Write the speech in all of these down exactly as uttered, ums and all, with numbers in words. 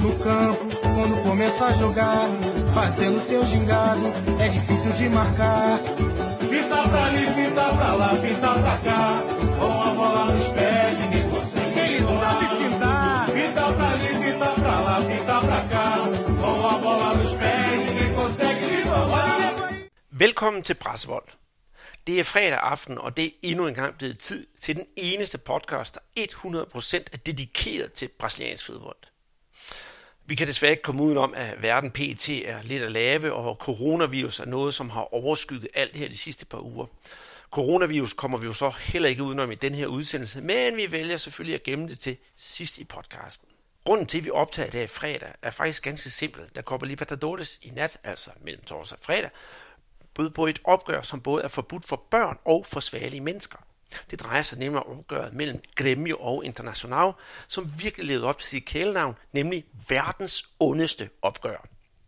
No campo, quando começa a jogar, fazendo seu gingado, é difícil de marcar. Fita pra ali, fita pra lá, fita pra cá, com a bola nos pés, ninguém consegue. Ele sabe fintar. Fita pra ali, fita pra lá, fita pra cá, com a bola nos pés, ninguém consegue lhe roubar. Velkommen til Brassebold. Det er fredag aften, og det er endnu en gang blevet tid til den eneste podcast, der hundrede procent er dedikeret til brasiliansk fodbold. Vi kan desværre ikke komme udenom, at verden pt. Er lidt at lave, og coronavirus er noget, som har overskygget alt her de sidste par uger. Coronavirus kommer vi jo så heller ikke udenom i den her udsendelse, men vi vælger selvfølgelig at gemme det til sidst i podcasten. Grunden til, at vi optager det her fredag, er faktisk ganske simpel. Der Copa Libertadores i nat, altså mellem torsdag og fredag, bød på et opgør, som både er forbudt for børn og for svagelige mennesker. Det drejer sig nemlig om opgøret mellem Grêmio og Internacional, som virkelig levede op til sit kælenavn, nemlig verdens ondeste opgør.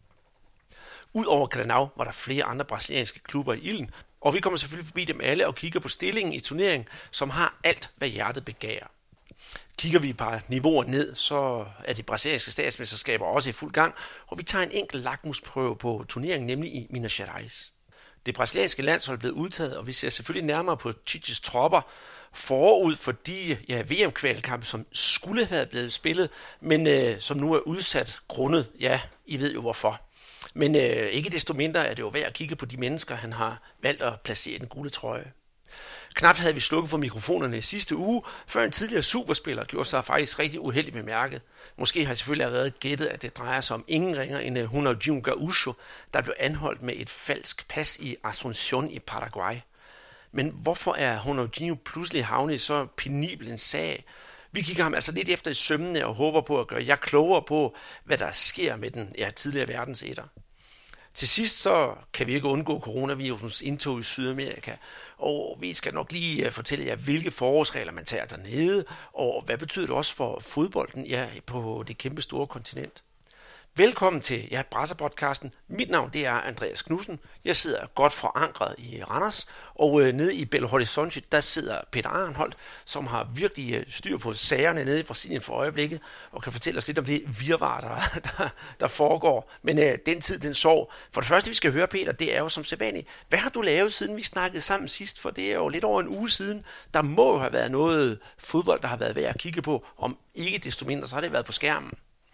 Udover Grenal var der flere andre brasilianske klubber i ilden, og vi kommer selvfølgelig forbi dem alle og kigger på stillingen i turneringen, som har alt, hvad hjertet begærer. Kigger vi på niveauer ned, så er de brasilianske statsmesterskaber også i fuld gang, og vi tager en enkelt lakmusprøve på turneringen, nemlig i Minas Gerais. Det brasilianske landshold er blevet udtaget, og vi ser selvfølgelig nærmere på Tites tropper forud for de ja, V M-kvalkampe, som skulle have blevet spillet, men øh, som nu er udsat grundet. Ja, I ved jo hvorfor. Men øh, ikke desto mindre er det jo værd at kigge på de mennesker, han har valgt at placere i den gule trøje. Knap havde vi slukket for mikrofonerne i sidste uge, før en tidligere superspiller gjorde sig faktisk rigtig uheldigt bemærket. Måske har jeg selvfølgelig allerede gættet, at det drejer sig om ingen ringer end Ronaldinho Gaúcho, der blev anholdt med et falsk pas i Asunción i Paraguay. Men hvorfor er Ronaldinho pludselig havnet i så penibel en sag? Vi kigger ham altså lidt efter i sømmene og håber på at gøre jer klogere på, hvad der sker med den ja, tidligere verdensætter. Til sidst så kan vi ikke undgå coronavirusens indtog i Sydamerika, og vi skal nok lige fortælle jer, hvilke forårsregler man tager dernede, og hvad betyder det også for fodbolden ja, på det kæmpe store kontinent. Velkommen til ja, Brassepodcasten. Mit navn det er Andreas Knudsen. Jeg sidder godt forankret i Randers, og øh, nede i Belo Horizonte, der sidder Peter Arnholdt, som har virkelig øh, styr på sagerne nede i Brasilien for øjeblikket, og kan fortælle os lidt om det virvar, der, der, der foregår. Men øh, den tid, den sov. For det første, vi skal høre, Peter, det er jo som sædvanligt. Hvad har du lavet, siden vi snakkede sammen sidst? For det er jo lidt over en uge siden. Der må jo have været noget fodbold, der har været værd at kigge på. Om ikke desto mindre, så har det været på skærmen.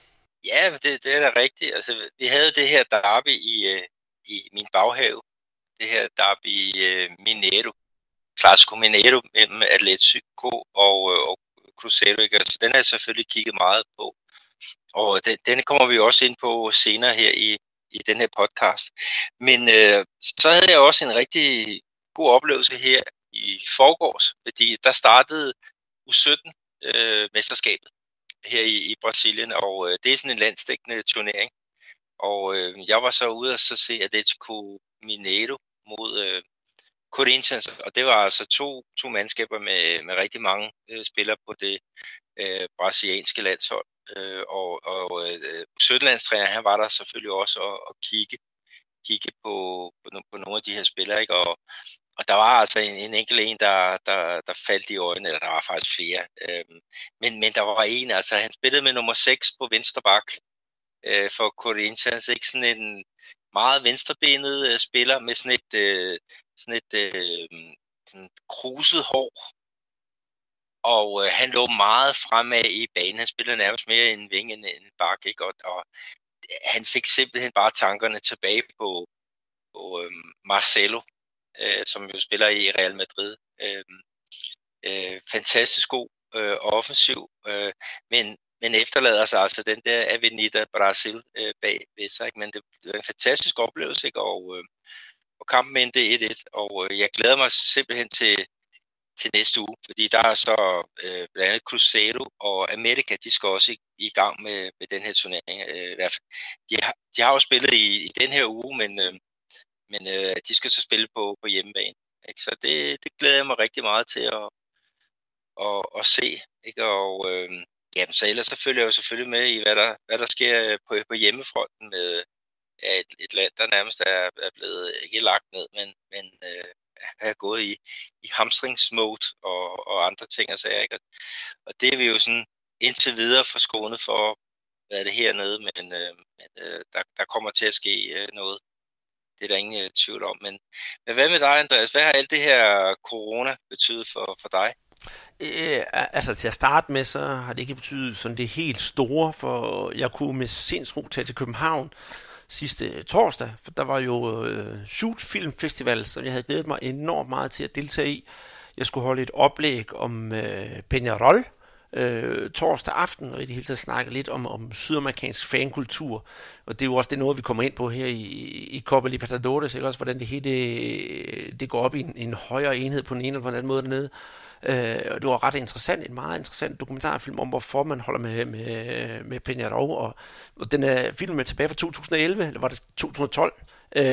Ja, det, det er da rigtigt. Altså, vi havde det her derby i, øh, i min baghave. Det her derby øh, Mineiro. Clásico Mineiro mellem Atlético og, øh, og Cruzeiro. Ikke? Så den har jeg selvfølgelig kigget meget på. Og den, den kommer vi også ind på senere her i, i den her podcast. Men øh, så havde jeg også en rigtig god oplevelse her i forgårs. Fordi der startede U sytten øh, mesterskabet her i, i Brasilien, og øh, det er sådan en landsdækkende turnering. Og øh, jeg var så ude og så se Atlético Mineiro mod øh, Corinthians, og det var altså to, to mandskaber med, med rigtig mange øh, spillere på det øh, brasilianske landshold. Øh, og og øh, sytten-landstræner, han var der selvfølgelig også at, at kigge, kigge på, på, på nogle af de her spillere, ikke? Og Og der var altså en, en enkelt en, der, der, der faldt i øjnene, eller der var faktisk flere. Øhm, men, men der var en, altså han spillede med nummer seks på venstre bak øh, for Corinthians. Ikke sådan en meget venstrebenet øh, spiller med sådan et, øh, sådan et øh, sådan kruset hår. Og øh, han lå meget fremad i banen. Han spillede nærmest mere en vinge end en bak, ikke? Og, og han fik simpelthen bare tankerne tilbage på, på øh, Marcelo. Øh, som jo spiller i Real Madrid. Øh, øh, fantastisk god øh, offensiv, øh, men, men efterlader sig altså den der Avenida Brasil øh, bag ved sig. Ikke? Men det, det var en fantastisk oplevelse, ikke? Og, øh, og kampen endte et et, og øh, jeg glæder mig simpelthen til, til næste uge, fordi der er så øh, blandt andet Cruzeiro og America, de skal også i, i gang med, med den her turnering. Øh, i hvert fald. De, har, de har jo spillet i, i den her uge, men øh, Men øh, de skal så spille på, på hjemmebane. Ikke? Så det, det glæder jeg mig rigtig meget til at, at, at se. Ikke? Og øh, jamen, så ellers så følger jeg jo selvfølgelig med i, hvad der, hvad der sker på, på hjemmefronten med ja, et, et land, der nærmest er, er blevet ikke lagt ned, men, men øh, er gået i, i hamstringsmode og, og andre ting. Altså, ikke? Og det er vi jo sådan indtil videre forskånet for hvad er det hernede, men, øh, men øh, der, der kommer til at ske øh, noget. Det er der ingen øh, tvivl om. Men, men hvad med dig, Andreas? Hvad har alt det her corona betydet for, for dig? Øh, altså til at starte med, så har det ikke betydet sådan det helt store, for jeg kunne med sindsro tage til København sidste torsdag, for der var jo øh, Shoot Film Festival, som jeg havde glædet mig enormt meget til at deltage i. Jeg skulle holde et oplæg om øh, Peñarol øh, torsdag aften, og i det hele taget snakke lidt om, om sydamerikansk fankultur, og det er jo også det noget, vi kommer ind på her i, i Copa Libertadores, ikke også, hvordan det hele det, det går op i en, en højere enhed på den ene eller på den anden måde dernede. Uh, og det var ret interessant, en meget interessant dokumentarfilm om, hvorfor man holder med, med, med Peñarol, og, og den er filmen tilbage fra to tusind og elleve, eller var det to tusind og tolv,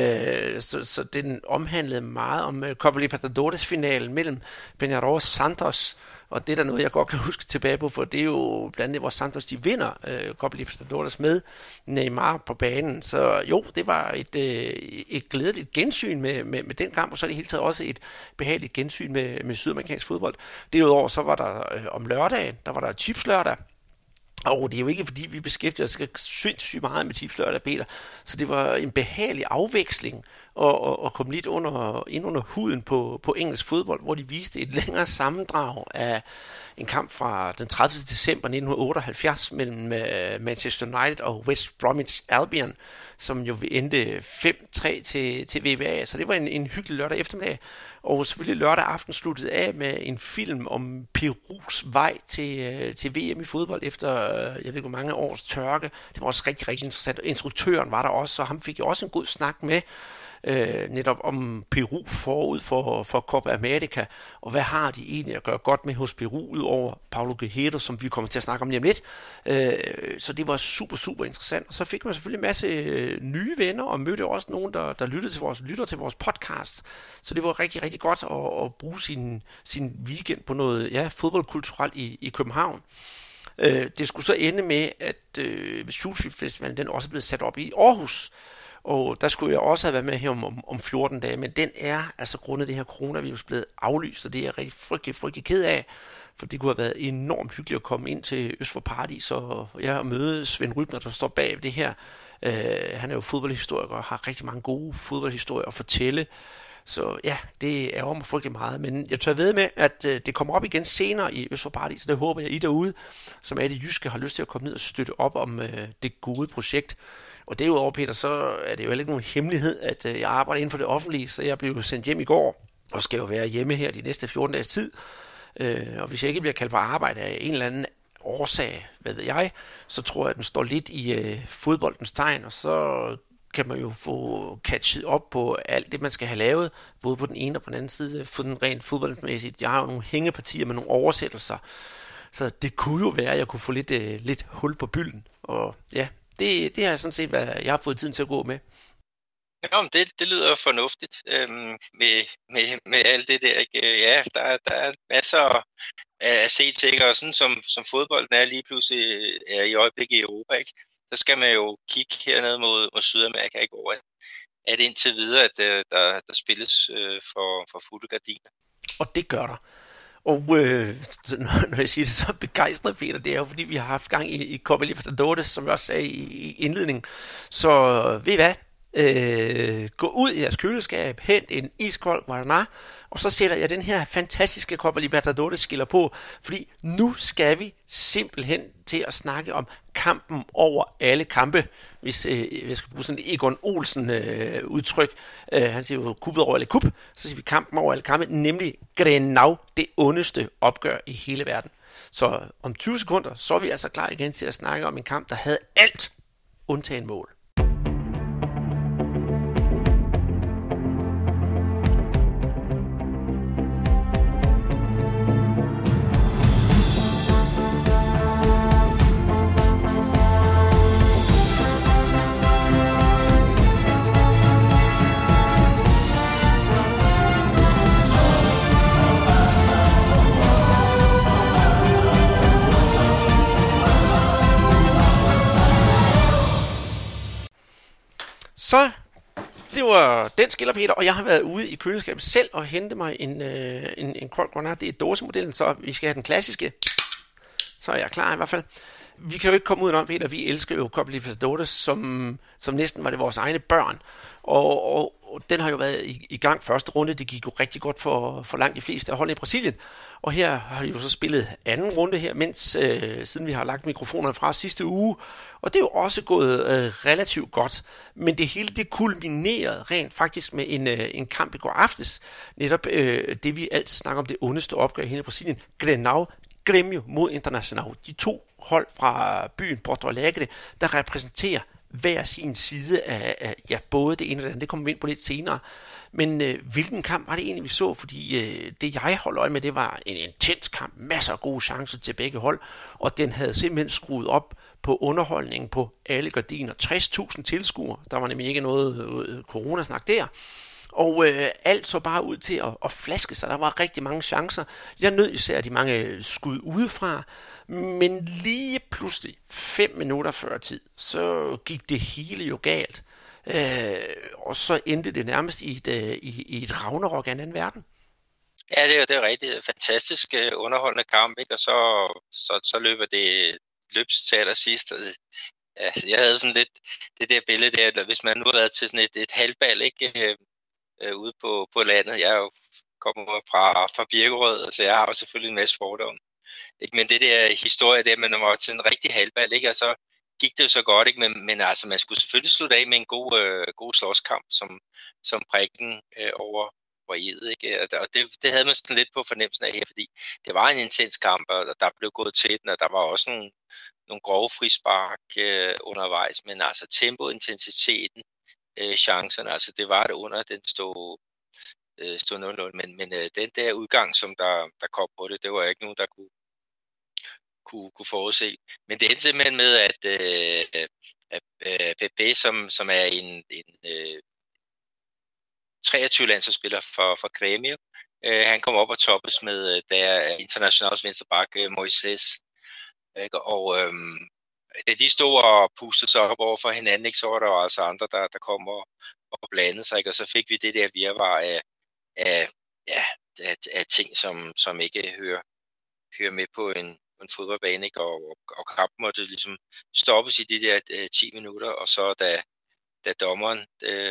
uh, så, så den omhandlede meget om uh, Copa Libertadores-finalen mellem Peñarol og Santos, og det er der noget, jeg godt kan huske tilbage på, for det er jo blandt andet, hvor Santos de vinder uh, Copa Libertadores med Neymar på banen, så jo, det var et, uh, et glædeligt gensyn med, med, med den kamp, og så er det hele taget også et behageligt gensyn med, med sydamerikansk fodbold. Derudover så var der øh, om lørdagen, der var der Chips lørdag, og det er jo ikke fordi vi beskæftiger os sindssygt meget med Chips lørdag, Peter, så det var en behagelig afveksling og, og, og komme lidt under, ind under huden på, på engelsk fodbold, hvor de viste et længere sammendrag af en kamp fra den tredivte december nitten otteoghalvfjerds mellem uh, Manchester United og West Bromwich Albion, som jo endte fem tre til, til V B A. Så det var en, en hyggelig lørdag eftermiddag. Og selvfølgelig lørdag aften sluttede af med en film om Perus vej til, til V M i fodbold efter, jeg ved ikke hvor mange års tørke. Det var også rigtig, rigtig interessant. Instruktøren var der også, og ham fik jo også en god snak med. Øh, netop om Peru forud for, for Copa America, og hvad har de egentlig at gøre godt med hos Peru, udover Paulo Guerrero, som vi kommer til at snakke om lige om lidt. Øh, så det var super, super interessant. Og så fik man selvfølgelig en masse øh, nye venner, og mødte også nogen, der, der lyttede til vores, lytter til vores podcast. Så det var rigtig, rigtig godt at, at bruge sin, sin weekend på noget ja, fodboldkulturelt i, i København. Øh, det skulle så ende med, at øh, Shoot Film Festivalen den også er blevet sat op i Aarhus. Og der skulle jeg også have været med her om, om, om fjorten dage, men den er altså grundet det her coronavirus blevet aflyst, og det er jeg rigtig frygtelig, frygtelig ked af, for det kunne have været enormt hyggeligt at komme ind til Øst for Paradis og ja, møde Svend Rybner, der står bag det her. Uh, han er jo fodboldhistoriker og har rigtig mange gode fodboldhistorier at fortælle, så ja, det ærger mig frygtelig meget, men jeg tør ved med, at uh, det kommer op igen senere i Øst for Paradis, så det håber jeg, I derude, som er det jyske, har lyst til at komme ned og støtte op om uh, det gode projekt. Og derudover, Peter, så er det jo heller ikke nogen hemmelighed, at øh, jeg arbejder inden for det offentlige, så jeg blev sendt hjem i går, og skal jo være hjemme her de næste fjorten dages tid. Øh, og hvis jeg ikke bliver kaldt på arbejde af en eller anden årsag, hvad ved jeg, så tror jeg, at den står lidt i øh, fodboldens tegn, og så kan man jo få catchet op på alt det, man skal have lavet, både på den ene og på den anden side, for den rent fodboldmæssigt. Jeg har jo nogle hængepartier med nogle oversættelser, så det kunne jo være, at jeg kunne få lidt, øh, lidt hul på bylden, og ja, Det, det har jeg sådan set, hvad jeg har fået tiden til at gå med. Ja, men det, det lyder fornuftigt øhm, med, med, med alt det der. Ikke? Ja, der, der er masser af C-tækker, og sådan som, som fodbolden er lige pludselig er i øjeblikket i Europa, ikke? Så skal man jo kigge hernede mod, mod Sydamerika, ikke? Over at indtil videre, at der, der, der spilles øh, for, for fulde gardiner. Og det gør der. Og øh, når jeg siger det så begejstret, Peter, det er jo fordi, vi har haft gang i, i Copa Libertadores, som jeg også sagde i, i indledningen. Så ved I hvad? Øh, gå ud i jeres køleskab, hent en iskold Guaraná, og så sætter jeg den her fantastiske Copa Libertadores skiller på, fordi nu skal vi simpelthen til at snakke om kampen over alle kampe. Hvis øh, jeg skal bruge sådan et Egon Olsen øh, udtryk, øh, han siger jo kuppet over alle kup, så siger vi kampen over alle kampe, nemlig Grenau, det ondeste opgør i hele verden. Så om tyve sekunder, så er vi altså klar igen til at snakke om en kamp, der havde alt undtagen mål. Så, det var den skiller, Peter, og jeg har været ude i køleskabet selv og hente mig en, øh, en, en kold Guaraná. Det er dåsemodellen, så vi skal have den klassiske. Så er jeg klar i hvert fald. Vi kan jo ikke komme ud om, Peter, vi elsker jo Copa Libertadores, som, som næsten var det vores egne børn. Og, og, og den har jo været i, i gang første runde. Det gik jo rigtig godt for, for langt de fleste af holdene i Brasilien. Og her har de jo så spillet anden runde her, mens øh, siden vi har lagt mikrofonerne fra sidste uge. Og det er jo også gået øh, relativt godt. Men det hele det kulminerede rent faktisk med en, øh, en kamp i går aftes. Netop øh, det vi altid snakker om, det ondeste opgør i hele Brasilien. Grenal Grêmio mod Internacional. De to hold fra byen Porto Alegre, der repræsenterer hver sin side af, af ja, både det ene og det andet. Det kommer vi ind på lidt senere. Men øh, hvilken kamp var det egentlig, vi så? Fordi øh, det, jeg holdt øje med, det var en intens kamp. Masser af gode chancer til begge hold. Og den havde simpelthen skruet op på underholdningen på alle gardiner. tres tusind tilskuere. Der var nemlig ikke noget øh, coronasnak der. Og øh, alt så bare ud til at, at flaske sig. Der var rigtig mange chancer. Jeg nød især de mange skud udefra. Men lige pludselig, fem minutter før tid, så gik det hele jo galt. Øh, og så endte det nærmest i et, øh, i, i et ragnarok af en anden verden. Ja, det er, det er rigtig fantastisk underholdende kamp, ikke? Og så, så, så løber det løbs til allersidst. Ja, jeg havde sådan lidt det der billede der, hvis man nu havde været til sådan et, et halvbal, ikke? Øh, ude på, på landet. Jeg er jo kommer fra, fra Birkerød, så jeg har jo selvfølgelig en masse fordomme. Ikke? Men det der historie der, man var til en rigtig halvbal, ikke? Og så gik det jo så godt, ikke? Men, men altså, man skulle selvfølgelig slutte af med en god, øh, god slåskamp, som, som prikken øh, over var idet, ikke? Og det, det havde man sådan lidt på fornemmelsen af her, fordi det var en intens kamp, og der blev gået til den, og der var også nogle, nogle grove frispark øh, undervejs, men altså tempo, intensiteten, øh, chancerne, altså det var det under, den stod, øh, stod nul nul, men, men øh, den der udgang, som der, der kom på det, det var ikke nogen, der kunne Kunne, kunne forudse. Men det endte simpelthen med, at, øh, at øh, Pepe, som, som er en, en øh, treogtyve landsholdsspiller for, for Grêmio, øh, han kom op og toppes med øh, der Internationals venstreback øh, Moises. Ikke? Og øh, da de stod og pustede sig op over for hinanden, ikke, så var der jo altså andre, der, der kom og, og blandede sig, ikke? Og så fik vi det der virvar af, af, ja, af, af ting, som, som ikke hører, hører med på en en fodboldbane, ikke? Og, og, og kampen måtte ligesom stoppes i de der øh, ti minutter, og så da, da dommeren øh,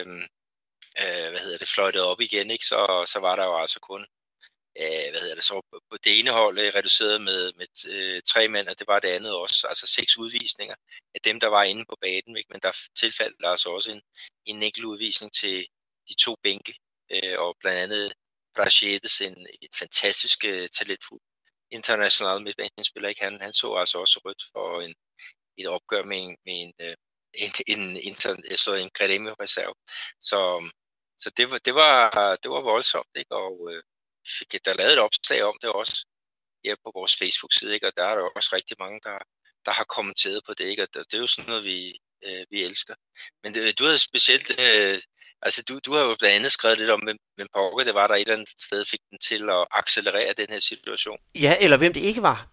øh, hvad hedder det, fløjtede op igen, ikke? Så, så var der jo altså kun øh, hvad hedder det, så på det ene hold øh, reduceret med, med øh, tre mænd, og det var det andet også, altså seks udvisninger af dem, der var inde på banen, ikke? Men der tilfaldt der altså også en, en enkelt udvisning til de to bænke, øh, og blandt andet Prachedes, en et fantastisk øh, talentfuld international midtbanespiller, ikke? Han, han så altså også rødt for en, et opgør med en, med en, en, en, en, så en Grêmio-reserve. Så, så det, var, det, var, det var voldsomt, ikke? Og øh, fik der lavet et opslag om det også her på vores Facebook-side, ikke? Og der er der også rigtig mange, der, der har kommenteret på det, ikke? Og det er jo sådan noget, vi, øh, vi elsker. Men det, du havde specielt... Øh, Altså, du, du har jo blandt andet skrevet lidt om, hvem, hvem pokker det var, der et eller andet sted fik den til at accelerere den her situation. Ja, eller hvem det ikke var.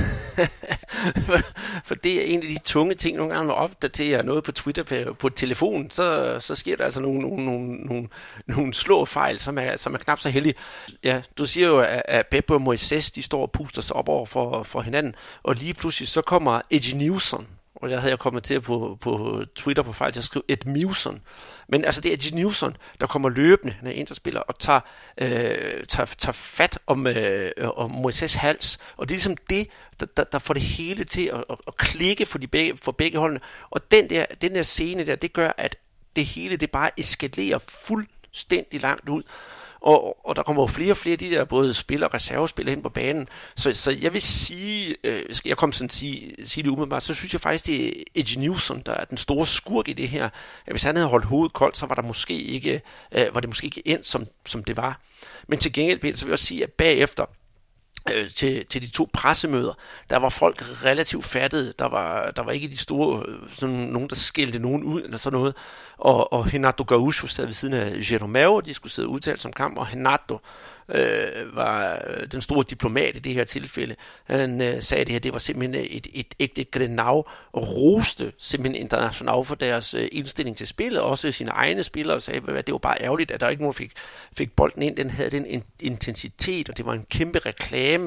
for, for det er en af de tunge ting, nogle gange, når man opdaterer noget på Twitter på, på telefonen, så, så sker der altså nogle, nogle, nogle, nogle, nogle slåfejl, som er, som er knap så heldige. Ja, du siger jo, at, at Pepe og Moises, de står og puster sig op over for, for hinanden, og lige pludselig så kommer Ednilson, og der havde jeg kommet til på, på Twitter på fejl til at skrive Edmilson. Men altså det er Edmilson, der kommer løbende, når en spiller og tager, øh, tager, tager fat om, øh, om Moises hals. Og det er ligesom det, der, der, der får det hele til at, at, at klikke for, de begge, for begge holdene. Og den der, den der scene der, det gør, at det hele det bare eskalerer fuldstændig langt ud. Og, og der kommer jo flere og flere af de der både spillere og reservespillere hen på banen. Så, så jeg vil sige, øh, skal jeg komme sådan sige, sige det umiddelbart, så synes jeg faktisk, det er Ednilson, der er den store skurk i det her. Hvis han havde holdt hovedet koldt, så var der måske ikke, øh, var det måske ikke endt, som, som det var. Men til gengæld, Peter, så vil jeg også sige, at bagefter, øh, til, til de to pressemøder, der var folk relativt fattede. Der var, der var ikke de store, sådan nogen, der skældte nogen ud, eller sådan noget. Og, og Renato Gaúcho sad ved siden af Jeromel, og de skulle sidde og udtale som kamp, og Renato øh, var den store diplomat i det her tilfælde. Han øh, sagde, at det her det var simpelthen et, et ægte Grenal, og roste simpelthen International for deres øh, indstilling til spillet, også sine egne spillere, og sagde, at det var bare ærgerligt, at der ikke nogen fik, fik bolden ind. Den havde den intensitet, og det var en kæmpe reklame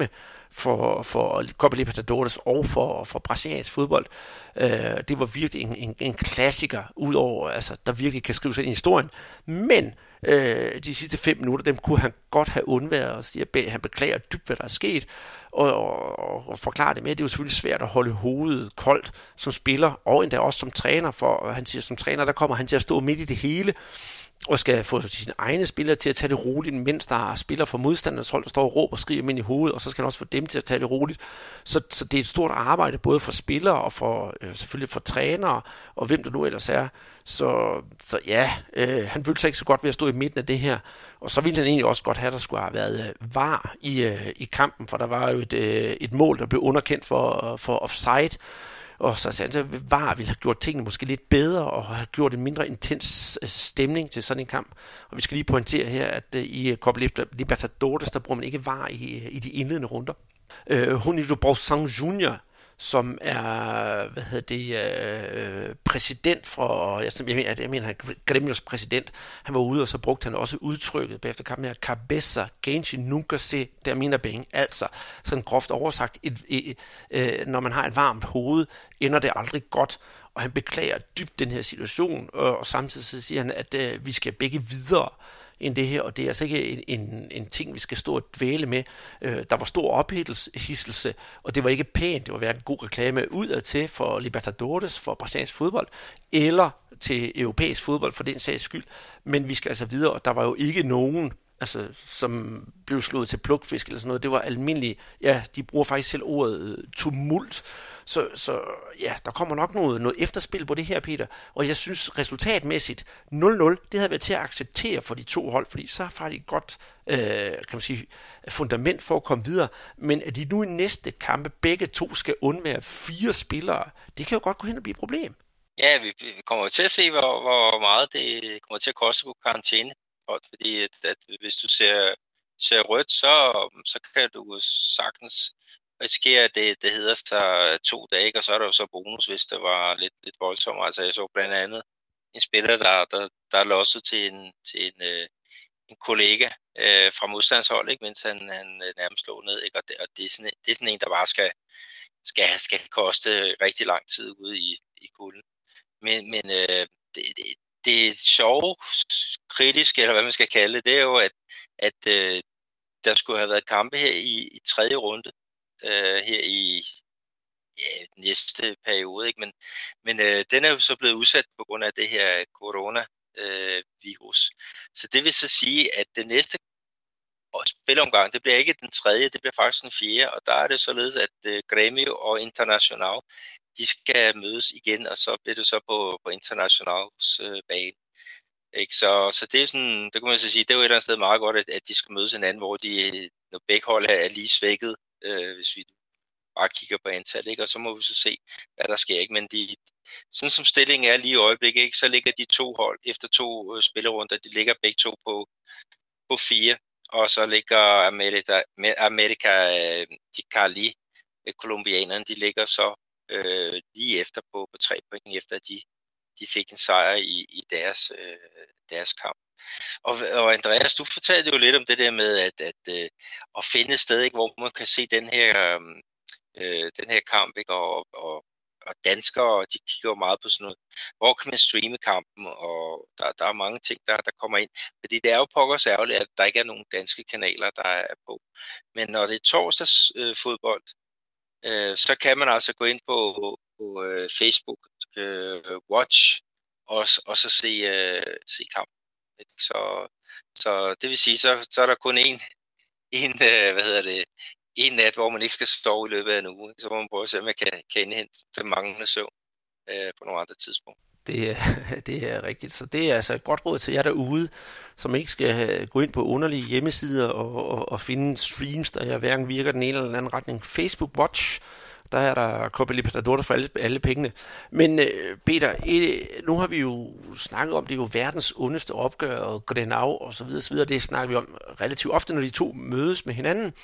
for, for Copa Libertadores og for, for brasiliansk fodbold. Øh, det var virkelig en, en, en klassiker, udover, altså, der virkelig kan skrives ind i historien. Men øh, de sidste fem minutter, dem kunne han godt have undværet og sige, at han beklager dybt, hvad der er sket, og, og, og forklare det med. Det er jo selvfølgelig svært at holde hovedet koldt som spiller, og endda også som træner, for han siger, som træner, der kommer han til at stå midt i det hele, og skal få sine egne spillere til at tage det roligt, mens der er spillere fra modstanders hold, der står og råber og skriger dem ind i hovedet, og så skal han også få dem til at tage det roligt. Så, så det er et stort arbejde, både for spillere og for øh, selvfølgelig for trænere, og hvem der nu ellers er. Så, så ja, øh, han følte sig ikke så godt ved at stå i midten af det her. Og så ville han egentlig også godt have, at der skulle have været øh, var i, øh, i kampen, for der var jo et, øh, et mål, der blev underkendt for, for offside. Og så sagde han, at V A R ville have gjort tingene måske lidt bedre, og have gjort en mindre intens stemning til sådan en kamp. Og vi skal lige pointere her, at i Copa Libertadores, der bruger man ikke V A R i, i de indledende runder. Uh, Ronildo Brausan junior, som er, hvad hedder det, øh, præsident for, jeg, jeg mener, jeg mener, han er Gremios præsident, han var ude, og så brugte han også udtrykket bagefter kampen her, Cabeça quente nunca se termina bem, altså sådan groft oversagt, et, et, et, øh, når man har et varmt hoved, ender det aldrig godt, og han beklager dybt den her situation, og, og samtidig så siger han, at øh, vi skal begge videre end det her, og det er altså ikke en, en, en ting, vi skal stå og dvæle med. Øh, der var stor ophidselse, og det var ikke pænt, det var hverken god reklame udad til for Libertadores, for brasiliansk fodbold, eller til europæisk fodbold for den sags skyld, men vi skal altså videre, og der var jo ikke nogen, altså, som blev slået til plukfisk eller sådan noget, det var almindeligt, ja, de bruger faktisk selv ordet tumult, så, så ja, der kommer nok noget, noget efterspil på det her, Peter, og jeg synes resultatmæssigt nul nul, det havde været til at acceptere for de to hold, fordi så har faktisk et godt øh, kan man sige, fundament for at komme videre, men at de nu i næste kampe begge to skal undvære fire spillere, det kan jo godt gå hen og blive et problem. Ja, vi, vi kommer til at se, hvor, hvor meget det kommer til at koste på karantæne, fordi at, at hvis du ser, ser rødt, så, så kan du sagtens risikere, at det, det hedder sig to dage, og så er der jo så bonus, hvis det var lidt, lidt voldsomt. Altså jeg så blandt andet en spiller, der, der, der er losset til en, til en, øh, en kollega øh, fra modstandshold, ikke? Mens han, han nærmest slog ned. Ikke? Og, det, og det, er sådan, det er sådan en, der bare skal, skal, skal koste rigtig lang tid ude i, i kulden. Men, men øh, det, det, det sjove, kritiske, eller hvad man skal kalde det, det er jo, at, at øh, der skulle have været kampe her i, i tredje runde, øh, her i ja, næste periode, ikke? Men, men øh, den er jo så blevet udsat på grund af det her coronavirus. Øh, så det vil så sige, at det næste spilomgang, det bliver ikke den tredje, det bliver faktisk den fjerde, og der er det således, at øh, Grêmio og Internacional, de skal mødes igen, og så bliver det så på, på Internationals øh, bane. Ikke? Så, så det er sådan, det kan man så sige, det er jo et eller andet sted meget godt, at, at de skal mødes hinanden, hvor de, når begge hold er lige svækket, øh, hvis vi bare kigger på antal, ikke? Og så må vi så se, hvad der sker, ikke? Men de, sådan som stillingen er lige i øjeblikket, ikke? Så ligger de to hold efter to øh, spillerunder, de ligger begge to på, på fire, og så ligger America, America de Cali, kolumbianerne, de ligger så øh, lige efter på, på tre point, efter at de, de fik en sejr i, i deres, øh, deres kamp. Og, og Andreas, du fortalte jo lidt om det der med at, at, at, at finde et sted, ikke, hvor man kan se den her, øh, den her kamp, ikke, og, og, og danskere, de kigger jo meget på sådan noget, hvor kan man streame kampen, og der, der er mange ting, der, der kommer ind. Fordi det er jo pokkers ærgerligt, at der ikke er nogen danske kanaler, der er på. Men når det er torsdags øh, fodbold, øh, så kan man altså gå ind på, på øh, Facebook øh, Watch, og, og så se, øh, se kampen. Så, så det vil sige, så, så er der kun en, en, øh, hvad hedder det, en nat, hvor man ikke skal sove i løbet af en uge. Så må man prøve at se, om man kan, kan indhente den manglende søvn øh, på nogle andre tidspunkter. Det er, det er rigtigt. Så det er altså et godt råd til jer derude, som ikke skal gå ind på underlige hjemmesider og, og, og finde streams, der hverken virker den ene eller den anden retning. Facebook Watch, der er der Copa Libertadores for alle, alle pengene. Men Peter, nu har vi jo snakket om, det er jo verdens ondeste opgør, og Grenau og så videre, så videre. Det snakker vi om relativt ofte, når de to mødes med hinanden.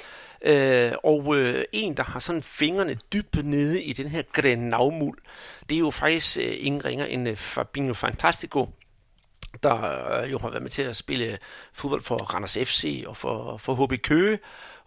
Og en, der har sådan fingrene dybt nede i den her Grenau-muld, det er jo faktisk ingen ringer end Fabinho Fantastico, der jo har været med til at spille fodbold for Randers F C og for, for H B Køge.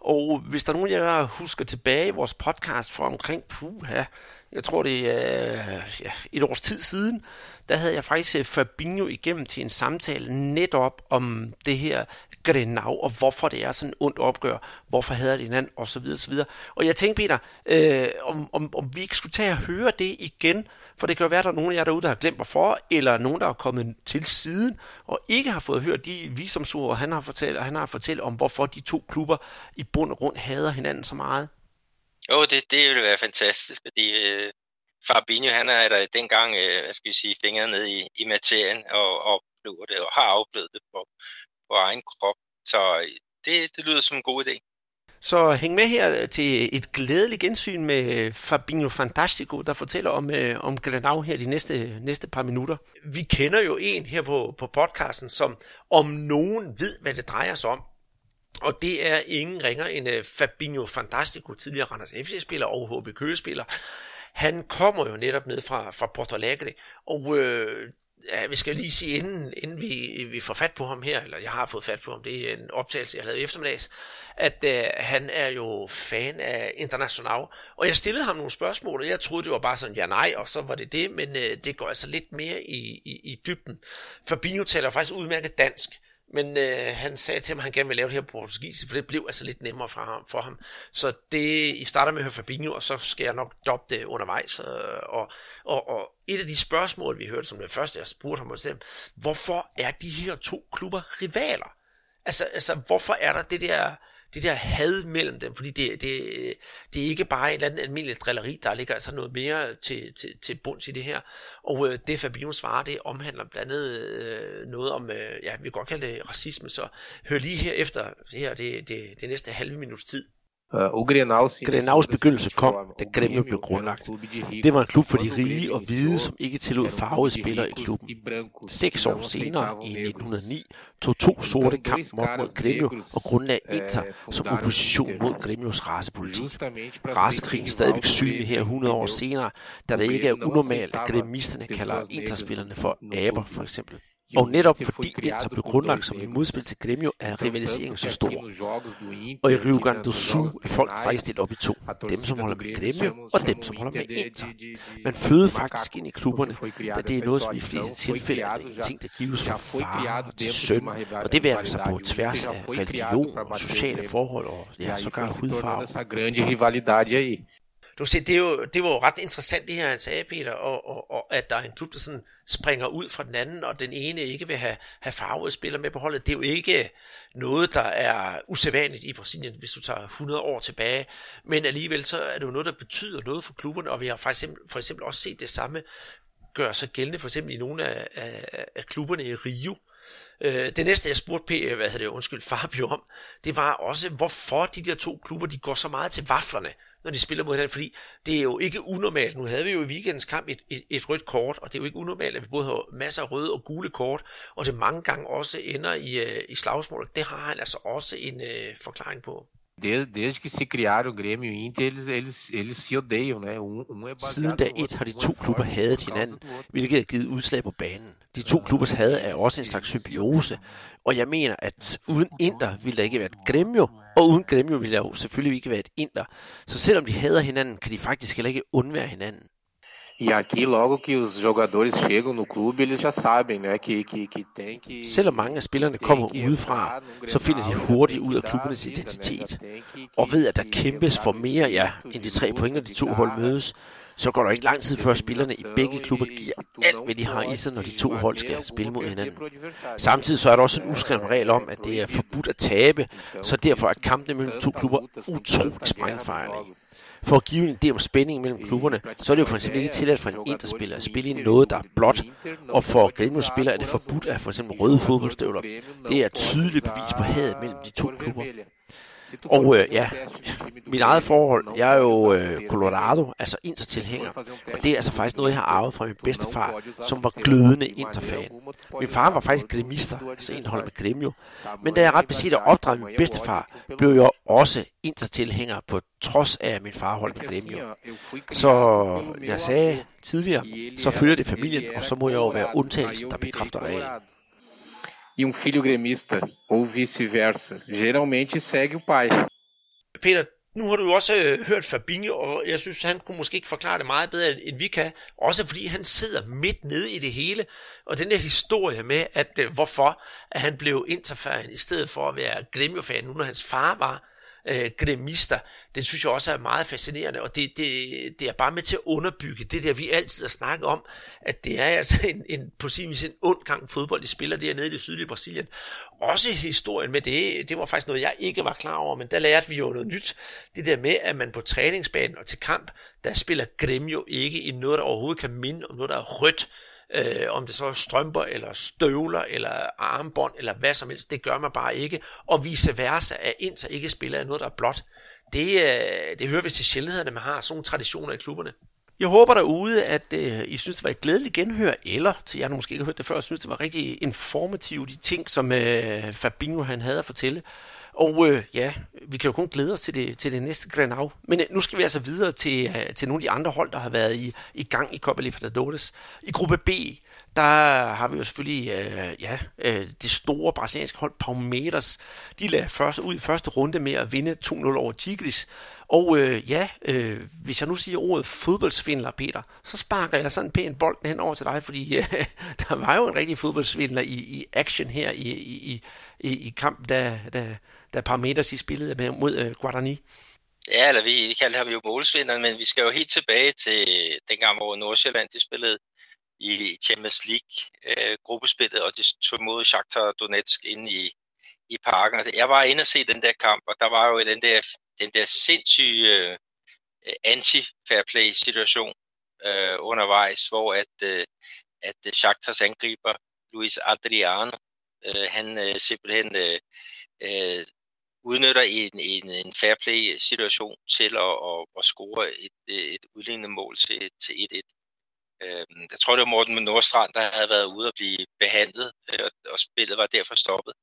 Og hvis der er nogen af jer, der husker tilbage i vores podcast for omkring, puha, jeg tror det er ja, et års tid siden, der havde jeg faktisk Fabinho igennem til en samtale netop om det her Grenau, og hvorfor det er sådan et ondt opgør, hvorfor hader de hinanden, og så videre, så videre. Og jeg tænkte, Peter, øh, om, om, om vi ikke skulle tage og høre det igen, for det kan jo være, at der er nogen af jer derude, der har glemt hvorfor, eller nogen, der er kommet til siden, og ikke har fået hørt de visdomsord, han har fortalt, og han har fortalt om, hvorfor de to klubber i bund og grund hader hinanden så meget. Jo, oh, det, det ville være fantastisk, fordi øh, Fabinho, han er der dengang, øh, hvad skal vi sige, fingret ned i, i materien, og, og oplever det, og har oplevet det på, på egen krop. Så det, det lyder som en god idé. Så hæng med her til et glædeligt gensyn med Fabinho Fantastico, der fortæller om, øh, om Grenau her de næste, næste par minutter. Vi kender jo en her på, på podcasten, som om nogen ved, hvad det drejer sig om. Og det er ingen ringer end uh, Fabinho Fantastico, tidligere Randers F C-spiller og H B Køge-spiller. Han kommer jo netop ned fra, fra Porto Alegre, og øh, ja, vi skal lige sige, inden, inden vi, vi får fat på ham her, eller jeg har fået fat på ham, det er en optagelse, jeg lavede i eftermiddags, at øh, han er jo fan af Internacional, og jeg stillede ham nogle spørgsmål, og jeg troede, det var bare sådan ja nej, og så var det det, men øh, det går altså lidt mere i, i, i dybden. Fabinho taler faktisk udmærket dansk, men øh, han sagde til mig, at han gerne ville lave det her på portugisisk, for det blev altså lidt nemmere for ham. For ham. Så det, I starter med at høre Fabinho, og så skal jeg nok doppe det undervejs. Og, og, og et af de spørgsmål, vi hørte som det første, jeg spurgte ham, var, hvorfor er de her to klubber rivaler? Altså, altså hvorfor er der det der, det der had mellem dem? Fordi det, det, det er ikke bare en eller anden almindelig drilleri, der ligger altså noget mere til, til, til bunds i det her. Og øh, det Fabinho svarer, det omhandler blandt andet øh, noget om, øh, ja, vi kan godt kalde det racisme, så hør lige her efter det her, det, det, det næste halve minuts tid. Grenaus begyndelse kom, da Grêmio blev grundlagt. Det var en klub for de rige og hvide, som ikke tillod farvede spillere i klubben. Seks år senere, i nitten hundrede og ni, tog to sorte kamp mod Grêmio og grundlagde Inter som opposition mod Grêmios racepolitik. Racekrigen er stadigvæk synlig her hundrede år senere, da det ikke er unormalt, at gremisterne kalder Interspillerne for aber, for eksempel. Og netop fordi Inter blev grundlagt som en modspil til Grêmio, er rivaliseringen så stor. Og i Rio Grande do Sul er folk faktisk delt op i to. Dem, som holder med Grêmio, og dem, som holder med Inter. Man føder faktisk ind i klubberne, da det er noget, som i fleste tilfælde er en ting, der gives fra far til søn. Og det værker sig på tværs af religion og sociale forhold, og ja, sågar hudfarve. Du ser, det, er jo, det var jo ret interessant det her, han sagde, Peter, og, og, og at der er en klub, der sådan springer ud fra den anden, og den ene ikke vil have, have farvede spillere med på holdet. Det er jo ikke noget, der er usædvanligt i Brasilien, hvis du tager hundrede år tilbage, men alligevel så er det jo noget, der betyder noget for klubberne, og vi har for eksempel, for eksempel også set det samme gøre sig gældende, for eksempel i nogle af, af, af klubberne i Rio. Det næste, jeg spurgte P, hvad hedder det, undskyld, Fabio om, det var også, hvorfor de der to klubber, de går så meget til vaflerne, når de spiller mod hinanden, fordi det er jo ikke unormalt. Nu havde vi jo i weekendens kamp et, et, et rødt kort, og det er jo ikke unormalt, at vi både har masser af røde og gule kort, og det mange gange også ender i, i slagsmål. Det har han altså også en øh, forklaring på. Desde que se criaram Grêmio e Inter, eles, eles, eles se odeiam, né? Um, um er Siden dag et har de to klubber hadet hinanden, hvilket har givet udslag på banen. De to klubbers had er også en slags symbiose, og jeg mener, at uden Inter ville der ikke være et Grêmio, og uden Grêmio ville der jo selvfølgelig ikke være et Inter. Så selvom de hader hinanden, kan de faktisk heller ikke undvære hinanden. E aqui, logo que os jogadores chegam no clube, eles já sabem, né, que que que tem que. Selvom mange af spillerne kommer udefra, så finder de hurtigt ud af klubbernes identitet, og ved at der kæmpes for mere, ja, end de tre point, når de to hold mødes. Så går der ikke lang tid før spillerne i begge klubber giver alt, hvad de har i sig, når de to hold skal spille mod hinanden. Samtidig så er der også en uskreven regel om, at det er forbudt at tabe, så derfor er kampene mellem to klubber utroligt sprængfarlige. For at give en idé om spændingen mellem klubberne, så er det jo for eksempel ikke tilladt for en Inter-spiller at spille i noget, der er blåt, og for Grêmio-spillere er det forbudt at for eksempel røde fodboldstøvler. Det er et tydeligt bevis på hadet mellem de to klubber. Og øh, ja, mit eget forhold, jeg er jo øh, Colorado, altså Inter-tilhænger, og det er altså faktisk noget, jeg har arvet fra min bedstefar, som var glødende Inter-fan. Min far var faktisk gremister, altså en hold med Grêmio, men da jeg ret beset at opdrage min bedstefar, blev jeg også Inter-tilhænger på trods af min far holdt med Grêmio. Så jeg sagde tidligere, så følger det familien, og så må jeg jo være undtagelsen, der bekræfter reglen. E um filho gremista, ou vice-versa, geralmente segue o pai. Peter, nu har du jo også øh, hørt Fabinho, og jeg synes, han kunne måske ikke forklare det meget bedre, end vi kan. Også fordi han sidder midt nede i det hele. Og den der historie med, at øh, hvorfor at han blev Inter-fan i stedet for at være Gremio-fan, nu når hans far var øh, gremister, den synes jeg også er meget fascinerende. Og det, det, det er bare med til at underbygge det der, vi altid har snakket om, at det er altså en, en på sin vis en ond gang fodbold, de spiller dernede i det sydlige Brasilien. Også historien med det, det var faktisk noget, jeg ikke var klar over, men der lærte vi jo noget nyt. Det der med, at man på træningsbanen og til kamp, der spiller Gremio ikke i noget, der overhovedet kan minde om noget, der er rødt. Øh, om det så er strømper, eller støvler, eller armbånd, eller hvad som helst, det gør man bare ikke. Og vice versa, at Inter ikke spiller af noget, der er blåt. Det, øh, det hører vi til sjældenhederne, man har sådan nogle traditioner i klubberne. Jeg håber derude, at øh, I synes, det var et glædeligt genhør, eller til jer, der måske ikke har hørt det før, jeg synes, det var rigtig informativt, de ting, som øh, Fabinho han havde at fortælle. Og øh, ja, vi kan jo kun glæde os til det, til det næste Grenau. Men øh, nu skal vi altså videre til, øh, til nogle af de andre hold, der har været i, i gang i Copa Libertadores. I gruppe B, der har vi jo selvfølgelig øh, ja, øh, det store brasilianske hold Palmeiras. De lagde først ud i første runde med at vinde to nul over Tigres. Og øh, ja, øh, hvis jeg nu siger ordet fodboldsvindler, Peter, så sparker jeg sådan en pæn bold hen over til dig, fordi øh, der var jo en rigtig fodboldsvindler i, i action her i, i, i, i kampen, da, da, da Palmeiras i spillede med, mod øh, Guarani. Ja, eller vi, vi kalder ham jo målsvinderen, men vi skal jo helt tilbage til dengang, hvor Nordsjælland de spillede i Champions League-gruppespillet, øh, og de tog imod Shakhtar Donetsk inde i, i parken. Jeg var inde og se den der kamp, og der var jo den der, den der sindssyge øh, anti-fairplay-situation øh, undervejs, hvor at, øh, at Shakhtars angriber, Luis Adriano, øh, han øh, simpelthen øh, øh, udnytter en, en, en fairplay-situation til at, at, at score et, et udlignende mål til, til et et. Jeg tror, det var Morten Nordstrand, der havde været ude og blive behandlet, og spillet var derfor stoppet.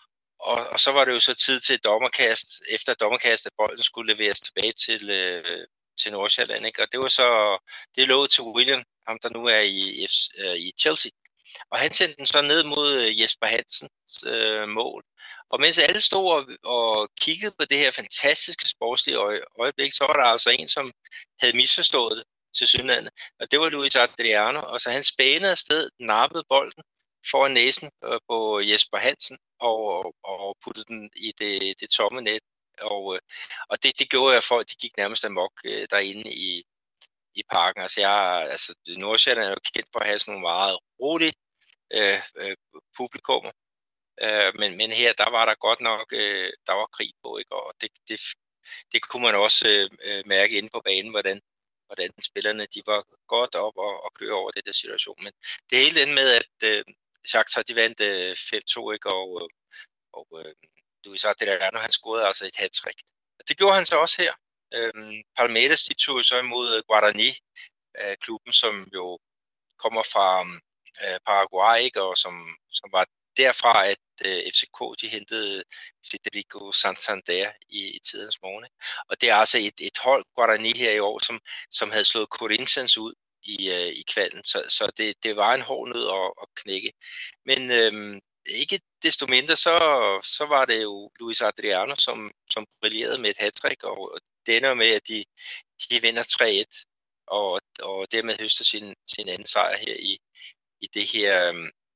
Og, og så var det jo så tid til dommerkast, efter dommerkast, at bolden skulle leveres tilbage til, øh, til Nordsjælland. Ikke? Og det var så, det lå til William, ham der nu er i, øh, i Chelsea. Og han sendte den så ned mod Jesper Hansens øh, mål. Og mens alle stod og, og kiggede på det her fantastiske sportslige øje, øjeblik, så var der altså en, som havde misforstået det til synlandet. Og det var Luis Adriano, og så han spænede afsted, nappede bolden foran næsen øh, på Jesper Hansen og, og, og puttede den i det, det tomme net. Og, øh, og det, det gjorde jeg for, at de gik nærmest amok øh, derinde i, i parken. Altså, jeg, altså Nordsjælland er jo kendt for at have sådan nogle meget rolige øh, øh, publikummer. Øh, men, men her, der var der godt nok, øh, der var krig på, ikke? Og det, det, det kunne man også øh, mærke inde på banen, hvordan hvordan spillerne de var godt op og, og køre over det der situation. Men det hele endte med, at øh, Shakhtar de vandt øh, fem to, ikke? Og, og øh, Luis Adriano, han scorede altså et hat-trick. Og det gjorde han så også her. Øhm, Palmeiras, de tog så imod Guarani, øh, klubben, som jo kommer fra øh, Paraguay, ikke? Og som, som var derfra, at øh, F C K de hentede Federico Santander i, i tidens morgen. Og det er altså et, et hold Guarani her i år, som, som havde slået Corinthians ud i, øh, i kvalden. Så, så det, det var en hård nød at, at knække. Men øh, ikke desto mindre, så, så var det jo Luis Adriano, som, som brillerede med et hat-trick, og det ender med, at de, de vinder tre et, og, og dermed høster sin, sin anden sejr her i, i det her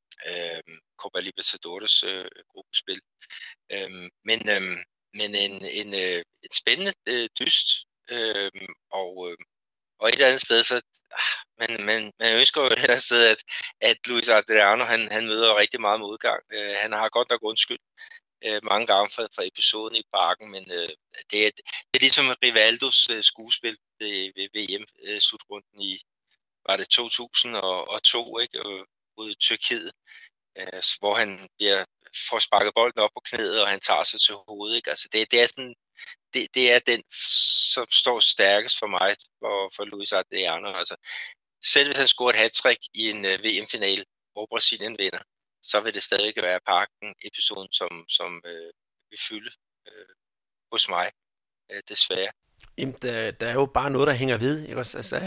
øh, Copa Libertadores øh, gruppespil. Øh, men øh, men en, en, øh, en spændende øh, dyst, øh, og, øh, og et eller andet sted, så men, men man ønsker jo et eller andet sted, at, at Luis Adriano, han, han møder rigtig meget modgang. Øh, han har godt nok undskyld øh, mange gange for, for episoden i parken, men øh, det, er, det er ligesom Rivaldos øh, skuespil ved, ved V M-slutrunden øh, i, var det to tusind og to, ikke? Øh, ude i Tyrkiet, øh, hvor han bliver, får sparket bolden op på knæet, og han tager sig til hovedet. Ikke? Altså det, det, er sådan, det, det er den, som står stærkest for mig, for, for Luis Adriano. Altså, selv hvis han scorer et hat-trick i en uh, V M-finale, hvor Brasilien vinder, så vil det stadig være parken-episoden, som, som øh, vil fylde øh, hos mig, øh, desværre. Jamen, der, der er jo bare noget, der hænger ved, ikke også? Altså,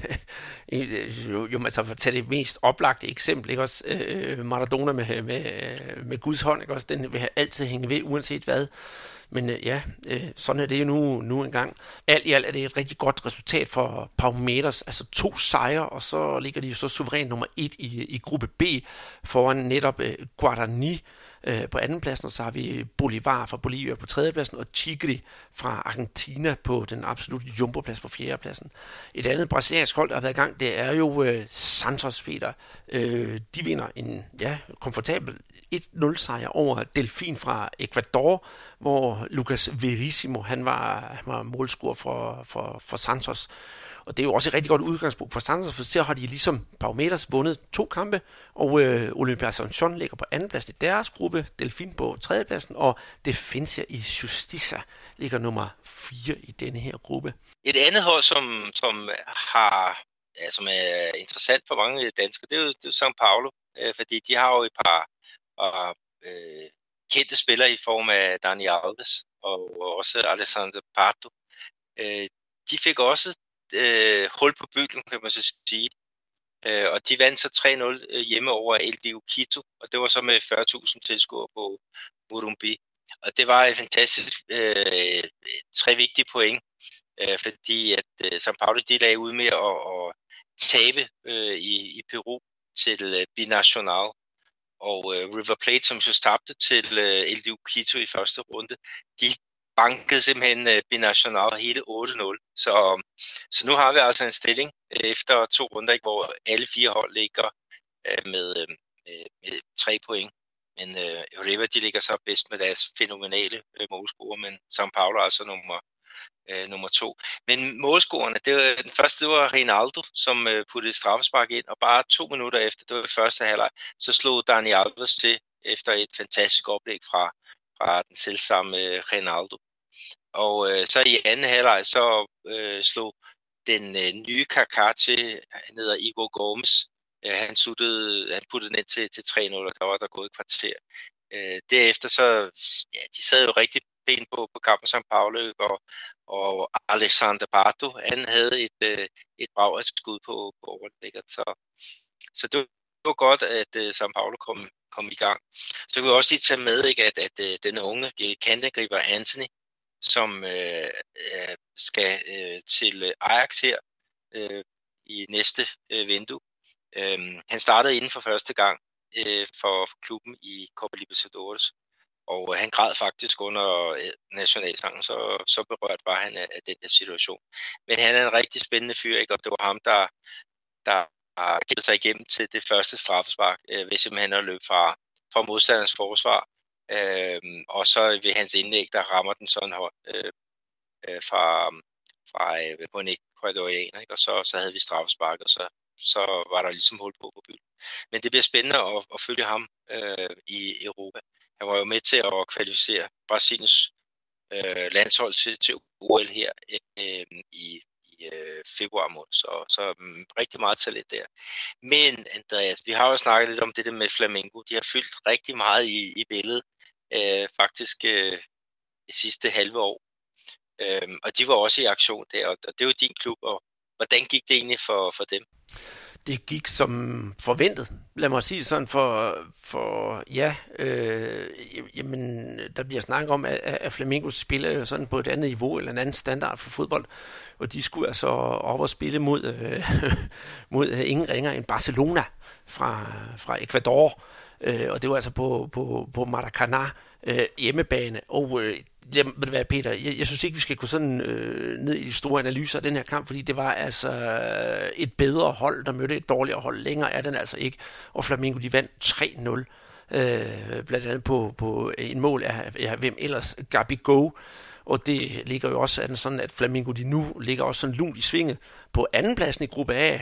jo, jo, altså, for at tage det mest oplagte eksempel, ikke også? Øh, Maradona med, med, med Guds hånd, ikke også? Den vil altid hænge ved, uanset hvad. Men øh, ja, øh, sådan er det jo nu, nu engang. Alt i alt er det et rigtig godt resultat for Palmeiras, altså to sejre, og så ligger de jo så suverænt nummer et i, i gruppe B, foran netop øh, Guarani øh, på andenpladsen, og så har vi Bolivar fra Bolivia på tredjepladsen, og Tigre fra Argentina på den absolutte jumboplads på fjerdepladsen. Et andet brasiliansk hold, der har været i gang, det er jo øh, Santos, Peter. Øh, de vinder en ja, komfortabel et nul sejr over Delfin fra Ecuador, hvor Lucas Verissimo, han var, han var målscorer for, for, for Santos. Og det er jo også et rigtig godt udgangspunkt for Santos, for så har de ligesom Palmeiras vundet to kampe, og øh, Olympia Asunción ligger på andenpladsen i deres gruppe, Delfin på tredjepladsen, og Defensa y Justicia ligger nummer fire i denne her gruppe. Et andet hold, som, som, har, ja, som er interessant for mange danskere, det er jo, det er jo São Paulo, øh, fordi de har jo et par og, øh, kendte spillere i form af Dani Alves og også Alessandro Pato. Øh, de fik også øh, hul på bylden, kan man så sige. Øh, og de vandt så tre nul hjemme over L D U Quito, og det var så med fyrre tusind tilskuere på Morumbi. Og det var et fantastisk øh, tre vigtige point, øh, fordi at øh, São Paulo de lagde ud med at, at tabe øh, i, i Peru til øh, Binacional. Og øh, River Plate, som så tabte til øh, L D U Quito i første runde, de bankede simpelthen øh, Binacional hele otte nul. Så, så nu har vi altså en stilling øh, efter to runder, ikke, hvor alle fire hold ligger øh, med, øh, med tre point. Men øh, River, de ligger så bedst med deres fænomenale øh, målscorer, men São Paulo er altså nummer, øh, nummer to. Men målscorerne, det var, den første det var Reinaldo, som øh, puttede et straffespark ind, og bare to minutter efter, det var første halvleg, så slog Dani Alves til efter et fantastisk oplæg fra, fra den selvsamme øh, Reinaldo. Og øh, så i anden halvleg, så øh, slog den øh, nye Kaká til, han hedder Igor Gomes. Øh, han, sluttede, han puttede den ind til, til tre nul, og der var der gået et kvarter. Øh, derefter så, ja, de sad jo rigtig pænt på, på kampen São Paulo, og, og Alessandro Pato, han havde et, øh, et brag af skud på, på overlægget. Så, så det var godt, at øh, São Paulo kom, kom i gang. Så kan vi også lige tage med, ikke, at, at øh, den unge kantangriber Anthony, som øh, øh, skal øh, til Ajax her øh, i næste øh, vindue. Øh, han startede inden for første gang øh, for, for klubben i Copa Libertadores, og øh, han græd faktisk under øh, nationalsangen, så, så berørt var han af, af den der situation. Men han er en rigtig spændende fyr, ikke? Og det var ham, der, der har kæmpet sig igennem til det første straffespark, øh, ved simpelthen at løbe fra, fra modstanderens forsvar. Øhm, og så ved hans indlæg, der rammer den sådan hold øh, øh, fra, fra øh, på en ecuadorianer, ikke? Og så, så havde vi straffespark, og så, så var der ligesom hul på på byen. Men det bliver spændende at, at følge ham øh, i Europa. Han var jo med til at kvalificere Brasiliens øh, landshold til, til O L her øh, i, i øh, februar måned, så, så um, rigtig meget talent der. Men Andreas, vi har jo snakket lidt om det der med Flamengo. De har fyldt rigtig meget i, i billedet. Øh, faktisk øh, det sidste halve år. Øh, og de var også i aktion der, og, og det er jo din klub, og hvordan gik det egentlig for, for dem? Det gik som forventet, lad mig sige sådan, for, for ja, øh, jamen, der bliver snakket om, at, at Flamengo spiller jo sådan på et andet niveau, eller en anden standard for fodbold, og de skulle altså op og spille mod, øh, mod ingen ringer end Barcelona fra, fra Ecuador, øh, og det var altså på, på, på Maracanã øh, hjemmebane, og øh, ved du hvad, Peter, jeg, jeg synes ikke, vi skal gå sådan øh, ned i de store analyser af den her kamp, fordi det var altså et bedre hold, der mødte et dårligere hold. Længere er den altså ikke, og Flamengo, de vandt tre nul, øh, blandt andet på, på en mål af, ja, hvem ellers, Gabigol, og det ligger jo også an sådan, at Flamengo, de nu ligger også sådan lunt i svinget på andenpladsen i gruppe A,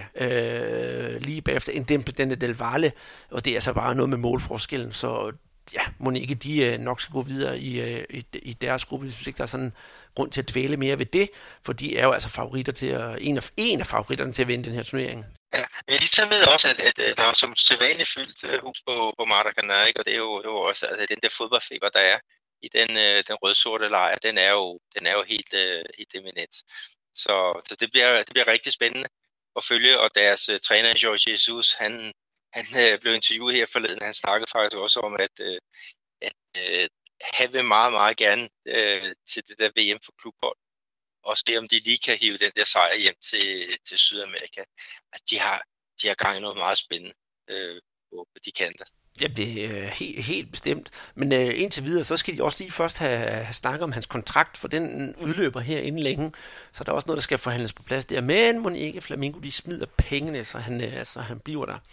øh, lige bagefter Independiente del Valle, og det er altså bare noget med målforskellen, så ja, må ikke de øh, nok skal gå videre i, øh, i, i deres gruppe. Jeg synes ikke, der er sådan grund til at dvæle mere ved det, for de er jo altså favoritter til at, en, af, en af favoritterne til at vinde den her turnering. Ja, jeg lige tager med også, at, at, at der er som sædvanligt fyldt uh, hus på, på Maracanã, ikke? Og det er jo, det er jo også altså, den der fodboldfeber, der er i den, uh, den rød-sorte lejr, den er jo, den er jo helt, uh, helt eminent. Så, så det, bliver, det bliver rigtig spændende at følge, og deres uh, træner, Jorge Jesus, han Han øh, blev interviewet her forleden. Han snakkede faktisk også om, at, øh, at, øh, han vil meget, meget gerne øh, til det der V M for klubhold, og se om de lige kan hive den der sejr hjem til, til Sydamerika. At de har, de har gang i noget meget spændende øh, på, på de kanter. Ja, det er helt, helt bestemt. Men øh, indtil videre, så skal de også lige først have, have snakket om hans kontrakt, for den udløber her inden længe. Så der er også noget, der skal forhandles på plads der. Men må ikke Flamengo, de smider pengene, så han, øh, så han bliver der.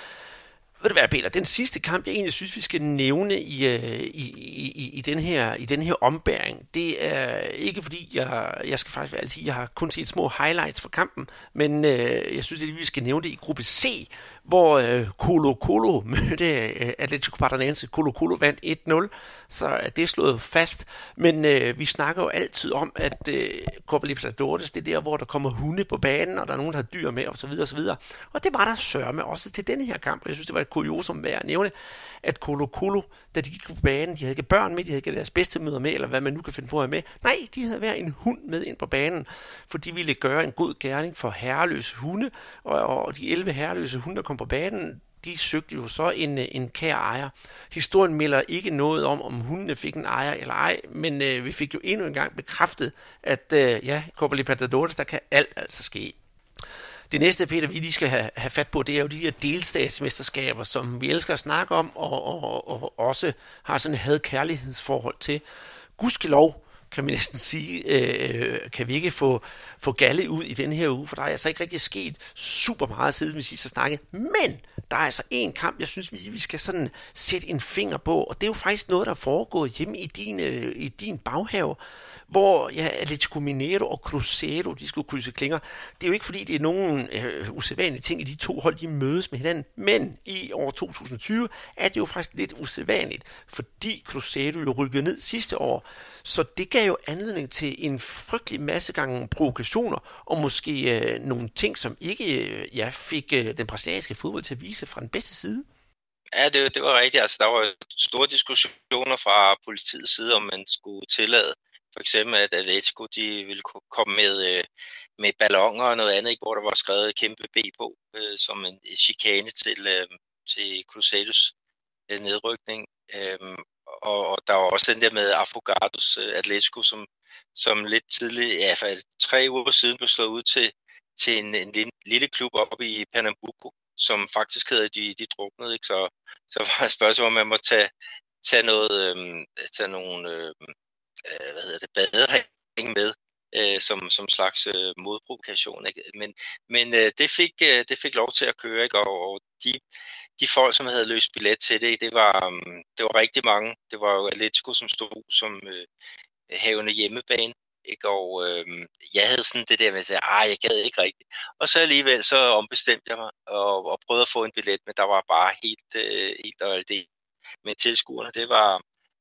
Ved du hvad, Peter, den sidste kamp, jeg egentlig synes, vi skal nævne i, i, i, i, den, her, i den her ombæring, det er ikke fordi, jeg, jeg skal faktisk være sige, jeg har kun set små highlights fra kampen, men øh, jeg synes, at vi skal nævne det i gruppe C, hvor øh, Colo Colo mødte øh, Atlético Paranaense. Colo Colo vandt et nul, så det er slået fast. Men øh, vi snakker jo altid om, at øh, Copa Libertadores, det er der, hvor der kommer hunde på banen, og der er nogen, der har dyr med, osv. osv. Og det var der sørme også til denne her kamp. Jeg synes, det var et kuriosum værd at nævne, at Colo Colo, da de gik på banen, de havde ikke børn med, de havde ikke deres bedstemødre med, eller hvad man nu kan finde på at have med. Nej, de havde været en hund med ind på banen, for de ville gøre en god gerning for herreløse hunde, og, og de elleve herreløse hunde, der kom på banen, de søgte jo så en, en kær ejer. Historien melder ikke noget om, om hundene fik en ejer eller ej, men øh, vi fik jo endnu en gang bekræftet, at øh, ja, Copa Libertadores, der kan alt altså ske. Det næste, Peter, vi lige skal have, have fat på, det er jo de her delstatsmesterskaber, som vi elsker at snakke om, og, og, og også har sådan et had-kærlighedsforhold til. Gudskelov, kan vi næsten sige, øh, kan vi ikke få, få galle ud i den her uge, for der er altså ikke rigtig sket super meget siden vi sidst har snakket. Men der er altså en kamp, jeg synes, vi, vi skal sådan sætte en finger på, og det er jo faktisk noget, der er foregået hjemme i din, øh, i din baghave, hvor ja, Atlético Mineiro og Cruzeiro, de skulle krydse klinger. Det er jo ikke fordi, det er nogen øh, usædvanlige ting, i de to hold, de mødes med hinanden, men i år to tusind og tyve er det jo faktisk lidt usædvanligt, fordi Cruzeiro jo rykkede ned sidste år, så det gav jo anledning til en frygtelig masse gange provokationer, og måske øh, nogle ting, som ikke øh, ja, fik øh, den brasilianske fodbold til at vise fra den bedste side. Ja, det, det var rigtigt. Altså, der var store diskussioner fra politiets side, om man skulle tillade for eksempel, at Atletico, de ville komme med, med balloner og noget andet, ikke, hvor der var skrevet et kæmpe B på, øh, som en chikane til, øh, til Cruzeiros øh, nedrykning. Øh, og, og der var også den der med Afogados øh, Atletico, som, som lidt tidligt, ja, for tre uger siden blev slået ud til, til en, en lille, lille klub oppe i Pernambuco, som faktisk hedder de, de druknede, ikke? Så, så var et spørgsmål, om man må tage, tage, noget, øh, tage nogle... Øh, hvad hedder det, badering med øh, som, som slags øh, modprovokation, ikke? Men, men øh, det, fik, øh, det fik lov til at køre, ikke? Og, og de, de folk, som havde løst billet til det, det var, um, det var rigtig mange. Det var jo Atletico, som stod som øh, havende hjemmebane, ikke? Og øh, jeg havde sådan det der med at sige, ah, jeg gad ikke rigtigt. Og så alligevel så ombestemte jeg mig og, og prøvede at få en billet, men der var bare helt, øh, helt og alt det med tilskuerne. Det var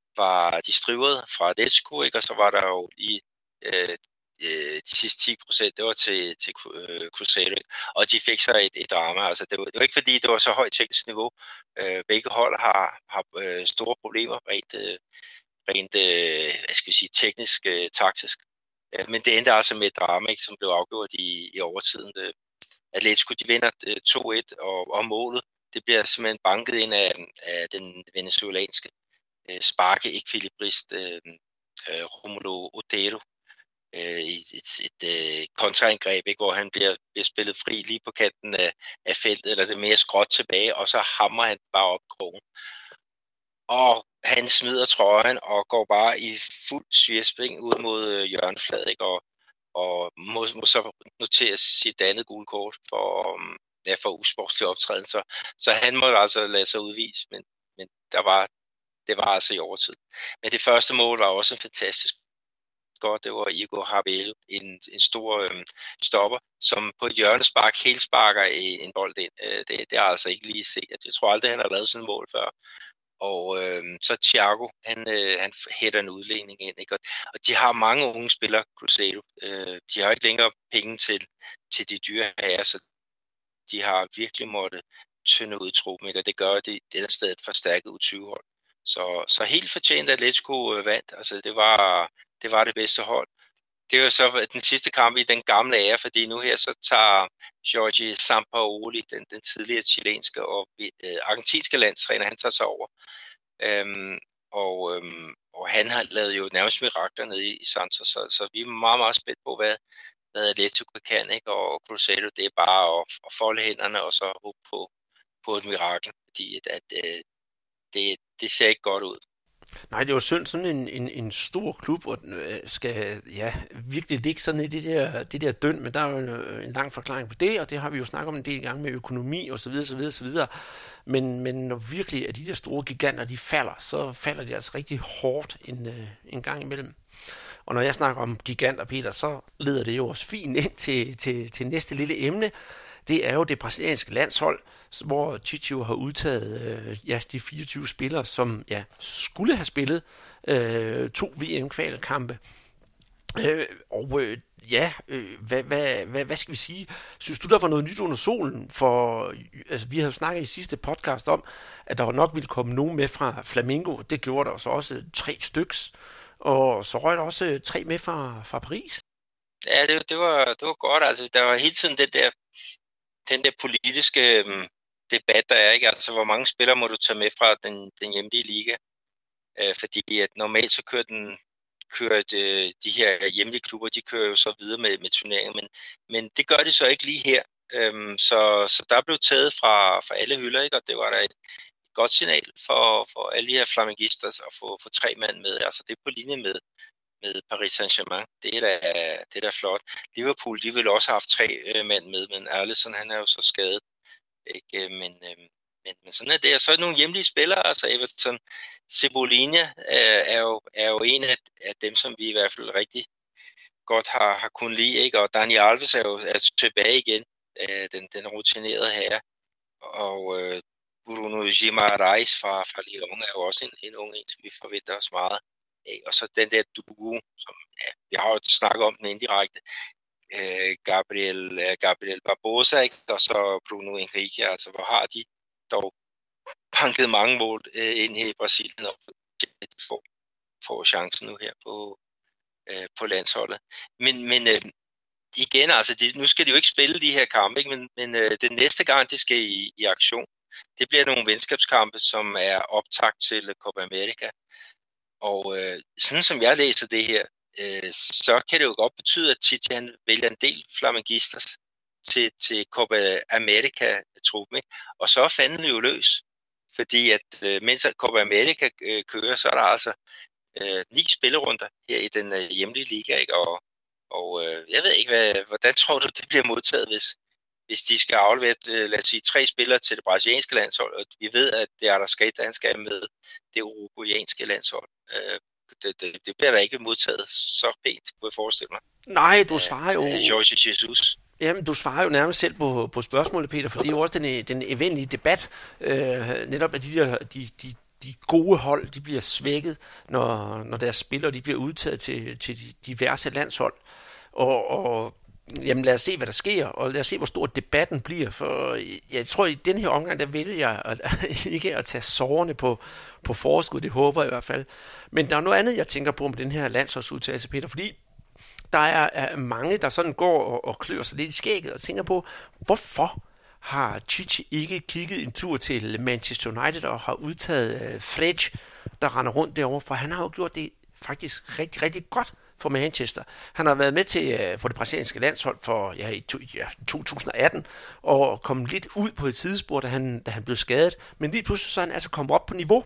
var distribueret fra Atletico, ikke? Og så var der jo lige øh, øh, de sidste ti procent, det var til, til øh, Cruzeiro, og de fik så et, et drama. Altså, det, var, det var ikke fordi, det var så højt teknisk niveau. Øh, begge hold har, har øh, store problemer rent, øh, rent øh, hvad skal jeg sige, teknisk, øh, taktisk. Øh, men det endte altså med et drama, ikke, som blev afgjort i, i overtiden. Det, Atletico, de vinder øh, to et, og, og målet, det bliver simpelthen banket ind af, af den venezuelanske sparke ekvilibrist øh, øh, Romulo Otero øh, i et, et, et kontraangreb, ikke, hvor han bliver, bliver spillet fri lige på kanten af, af feltet, eller det mere skråt tilbage, og så hammer han bare op krogen. Og han smider trøjen og går bare i fuld svirspring ud mod øh, hjørnefladet, ikke, og, og må, må så notere sit andet gule kort for, um, ja, for usportslig optræden. Så, så han må altså lade sig udvise, men, men der var Det var altså i overtid. Men det første mål var også en fantastisk godt. Det var Igor Harvell, en, en stor øhm, stopper, som på et hjørnespark helt sparker en bold ind. Øh, det, det har jeg altså ikke lige set. Jeg tror aldrig, han har lavet sådan en mål før. Og øhm, så Thiago, han, øh, han hætter en udlægning ind. Ikke? Og, og de har mange unge spillere, Cruzeiro. Øh, de har ikke længere penge til, til de dyre herrer, så de har virkelig måttet tynde ud i truppen. Ikke? Og det gør det et andet sted et forstærket U tyve hold. Så, så helt fortjent, at Atletico vandt. Altså, det var, det var det bedste hold. Det var så den sidste kamp i den gamle ære, fordi nu her så tager Jorge Sampaoli, den, den tidligere chilenske og øh, argentinske landstræner, han tager sig over. Øhm, og, øhm, og han har lavet jo nærmest mirakler nede i, i Santos, så, så vi er meget, meget spændt på, hvad, hvad Atletico kan, ikke? Og Cruzeiro, det er bare at, at folde hænderne og så håbe på, på et mirakel, fordi at, at, at det, det ser ikke godt ud. Nej, det er jo synd, sådan en, en, en stor klub, og skal ja, virkelig ligge sådan i det der, det der døn, men der er jo en, en lang forklaring på det, og det har vi jo snakket om en del gange med økonomi og så videre, så videre, så videre. Men, men når virkelig at de der store giganter, de falder, så falder de altså rigtig hårdt en, en gang imellem. Og når jeg snakker om giganter, Peter, så leder det jo også fint ind til, til, til næste lille emne. Det er jo det brasilianske landshold, hvor Tite har udtaget øh, ja, de fireogtyve spillere, som ja, skulle have spillet øh, to V M-kvalkampe. Øh, og øh, ja, øh, hvad, hvad, hvad, hvad skal vi sige? Synes du, der var noget nyt under solen? For altså, vi havde jo snakket i sidste podcast om, at der nok ville komme nogen med fra Flamengo. Det gjorde der så også tre styks. Og så røg der også tre med fra, fra Paris. Ja, det, det, var, det var godt. Altså, der var hele tiden den der, den der politiske um, debat, der er, ikke? Altså, hvor mange spillere må du tage med fra den, den hjemlige liga? Uh, fordi at normalt så kører den kører de, de her hjemlige klubber, de kører jo så videre med, med turneringen, men, men det gør de så ikke lige her. Um, så, så der blev taget fra, fra alle hylder, ikke? Og det var der et godt signal for, for alle de her flamengistas at få, få tre mand med. Altså det er på linje med, med Paris Saint-Germain. Det er da, det er da flot. Liverpool, de ville også have haft tre øh, mand med, men Alisson, han er jo så skadet. Ikke? Men, øh, men, men sådan er det. Og så er nogle hjemlige spillere, altså Everton, Cebolinha øh, er, jo, er jo en af, af dem, som vi i hvert fald rigtig godt har, har kunnet lide. Ikke? Og Dani Alves er jo er tilbage igen, øh, den, den rutinerede herre. Og øh, Bruno Guimaraes fra, fra Lyon er jo også en, en ung en, som vi forventer os meget af. Og så den der duo, som ja, vi har jo snakket om den indirekte, øh, Gabriel, øh, Gabriel Barbosa, ikke? Og så Bruno Henrique, altså hvor har de dog banket mange mål øh, ind her i Brasilien, og får, får chancen nu her på, øh, på landsholdet. Men, men øh, igen, altså de, nu skal de jo ikke spille de her kampe, ikke? men, men øh, den næste gang, de skal i, i aktion, det bliver nogle venskabskampe, som er optakt til Copa America. Og øh, sådan som jeg læser det her, øh, så kan det jo godt betyde, at Tite han vælger en del flamengistas til, til Copa America-truppen. Og så er fanden jo løs. Fordi at øh, mens Copa America øh, kører, så er der altså øh, ni spillerunder her i den øh, hjemlige liga. Ikke? Og, og øh, jeg ved ikke, hvad, hvordan tror du, det bliver modtaget, hvis hvis de skal aflevere, lad os sige, tre spillere til det brasilianske landshold, og vi ved, at det er der skal, han skal med det uruguayanske landshold. Det, det, det bliver da ikke modtaget så pænt, kunne jeg forestille mig. Nej, du svarer jo... Jorge Jesus. Jamen, du svarer jo nærmest selv på, på spørgsmålet, Peter, for det er jo også den, den eventlige debat, øh, netop at de, der, de, de, de gode hold, de bliver svækket, når, når deres spillere de bliver udtaget til, til de diverse landshold. Og, og jamen lad os se, hvad der sker, og lad os se, hvor stor debatten bliver, for jeg tror, i den her omgang, der vælger jeg at, ikke at tage sårene på, på forskud, det håber jeg i hvert fald. Men der er noget andet, jeg tænker på med den her landsholdsudtalelse, Peter, fordi der er, er mange, der sådan går og, og klør sig lidt i skægget og tænker på, hvorfor har Tite ikke kigget en tur til Manchester United og har udtaget uh, Fred, der render rundt derovre, for han har jo gjort det faktisk rigtig, rigtig godt for Manchester. Han har været med til uh, på det brasilianske landshold for ja, i to, ja, to tusind atten og kom lidt ud på et sidespor, da han, da han blev skadet, men lige pludselig så er han altså kommet op på niveau.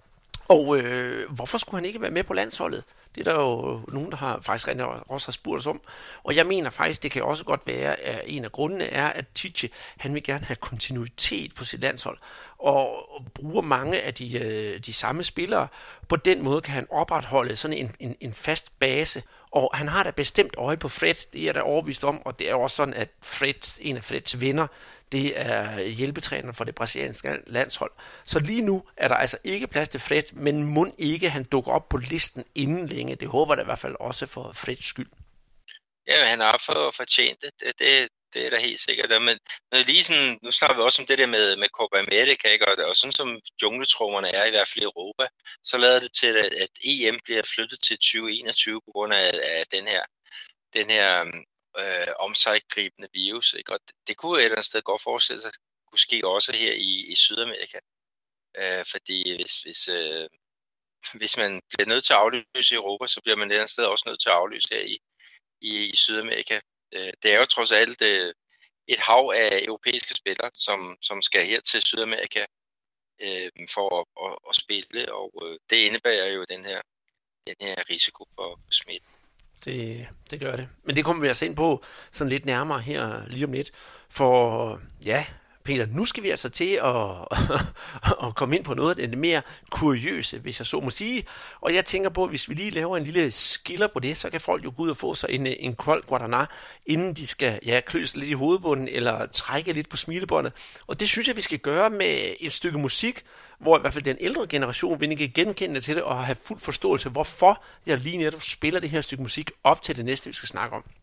Og øh, hvorfor skulle han ikke være med på landsholdet? Det er der jo nogen, der har faktisk også har spurgt os om. Og jeg mener faktisk, det kan også godt være, at en af grundene er, at Tite, han vil gerne have kontinuitet på sit landshold. Og, og bruger mange af de, øh, de samme spillere. På den måde kan han opretholde sådan en, en, en fast base. Og han har da bestemt øje på Fred, det er der overbevist om. Og det er også sådan, at Fred, en af Freds venner, det er hjælpetræner for det brasilianske landshold. Så lige nu er der altså ikke plads til Fred, men mon ikke han dukker op på listen inden længe. Det håber jeg i hvert fald også for Freds skyld. Ja, han har for, fortjent det. Det, det. Det er da helt sikkert. Men lige sådan, nu snakker vi også om det der med, med Copa America, ikke? Og, og sådan som jungletrummerne er i hvert fald i Europa, så lader det til, at, at E M bliver flyttet til tyve enogtyve på grund af, af den her, den her øh, omsiggribende virus. Ikke? Og det, det kunne et eller andet sted godt forestille sig, kunne ske også her i, i Sydamerika. Øh, fordi hvis, hvis, øh, hvis man bliver nødt til at aflyse i Europa, så bliver man et eller andet sted også nødt til at aflyse her i, i, i Sydamerika. Øh, det er jo trods alt øh, et hav af europæiske spillere, som, som skal her til Sydamerika øh, for at, at, at spille, og øh, det indebærer jo den her, den her risiko for smitte. Det, det gør det. Men det kommer vi altså ind på sådan lidt nærmere her lige om lidt. For ja, Peter, nu skal vi altså til at, at komme ind på noget af det mere kuriøse, hvis jeg så må sige. Og jeg tænker på, at hvis vi lige laver en lille skiller på det, så kan folk jo gå ud og få sig en, en kold guaraná, inden de skal ja, kløse lidt i hovedbunden eller trække lidt på smilebåndet. Og det synes jeg, vi skal gøre med et stykke musik, hvor i hvert fald den ældre generation vil ikke genkende til det og have fuld forståelse, hvorfor jeg lige netop spiller det her stykke musik op til det næste, vi skal snakke om.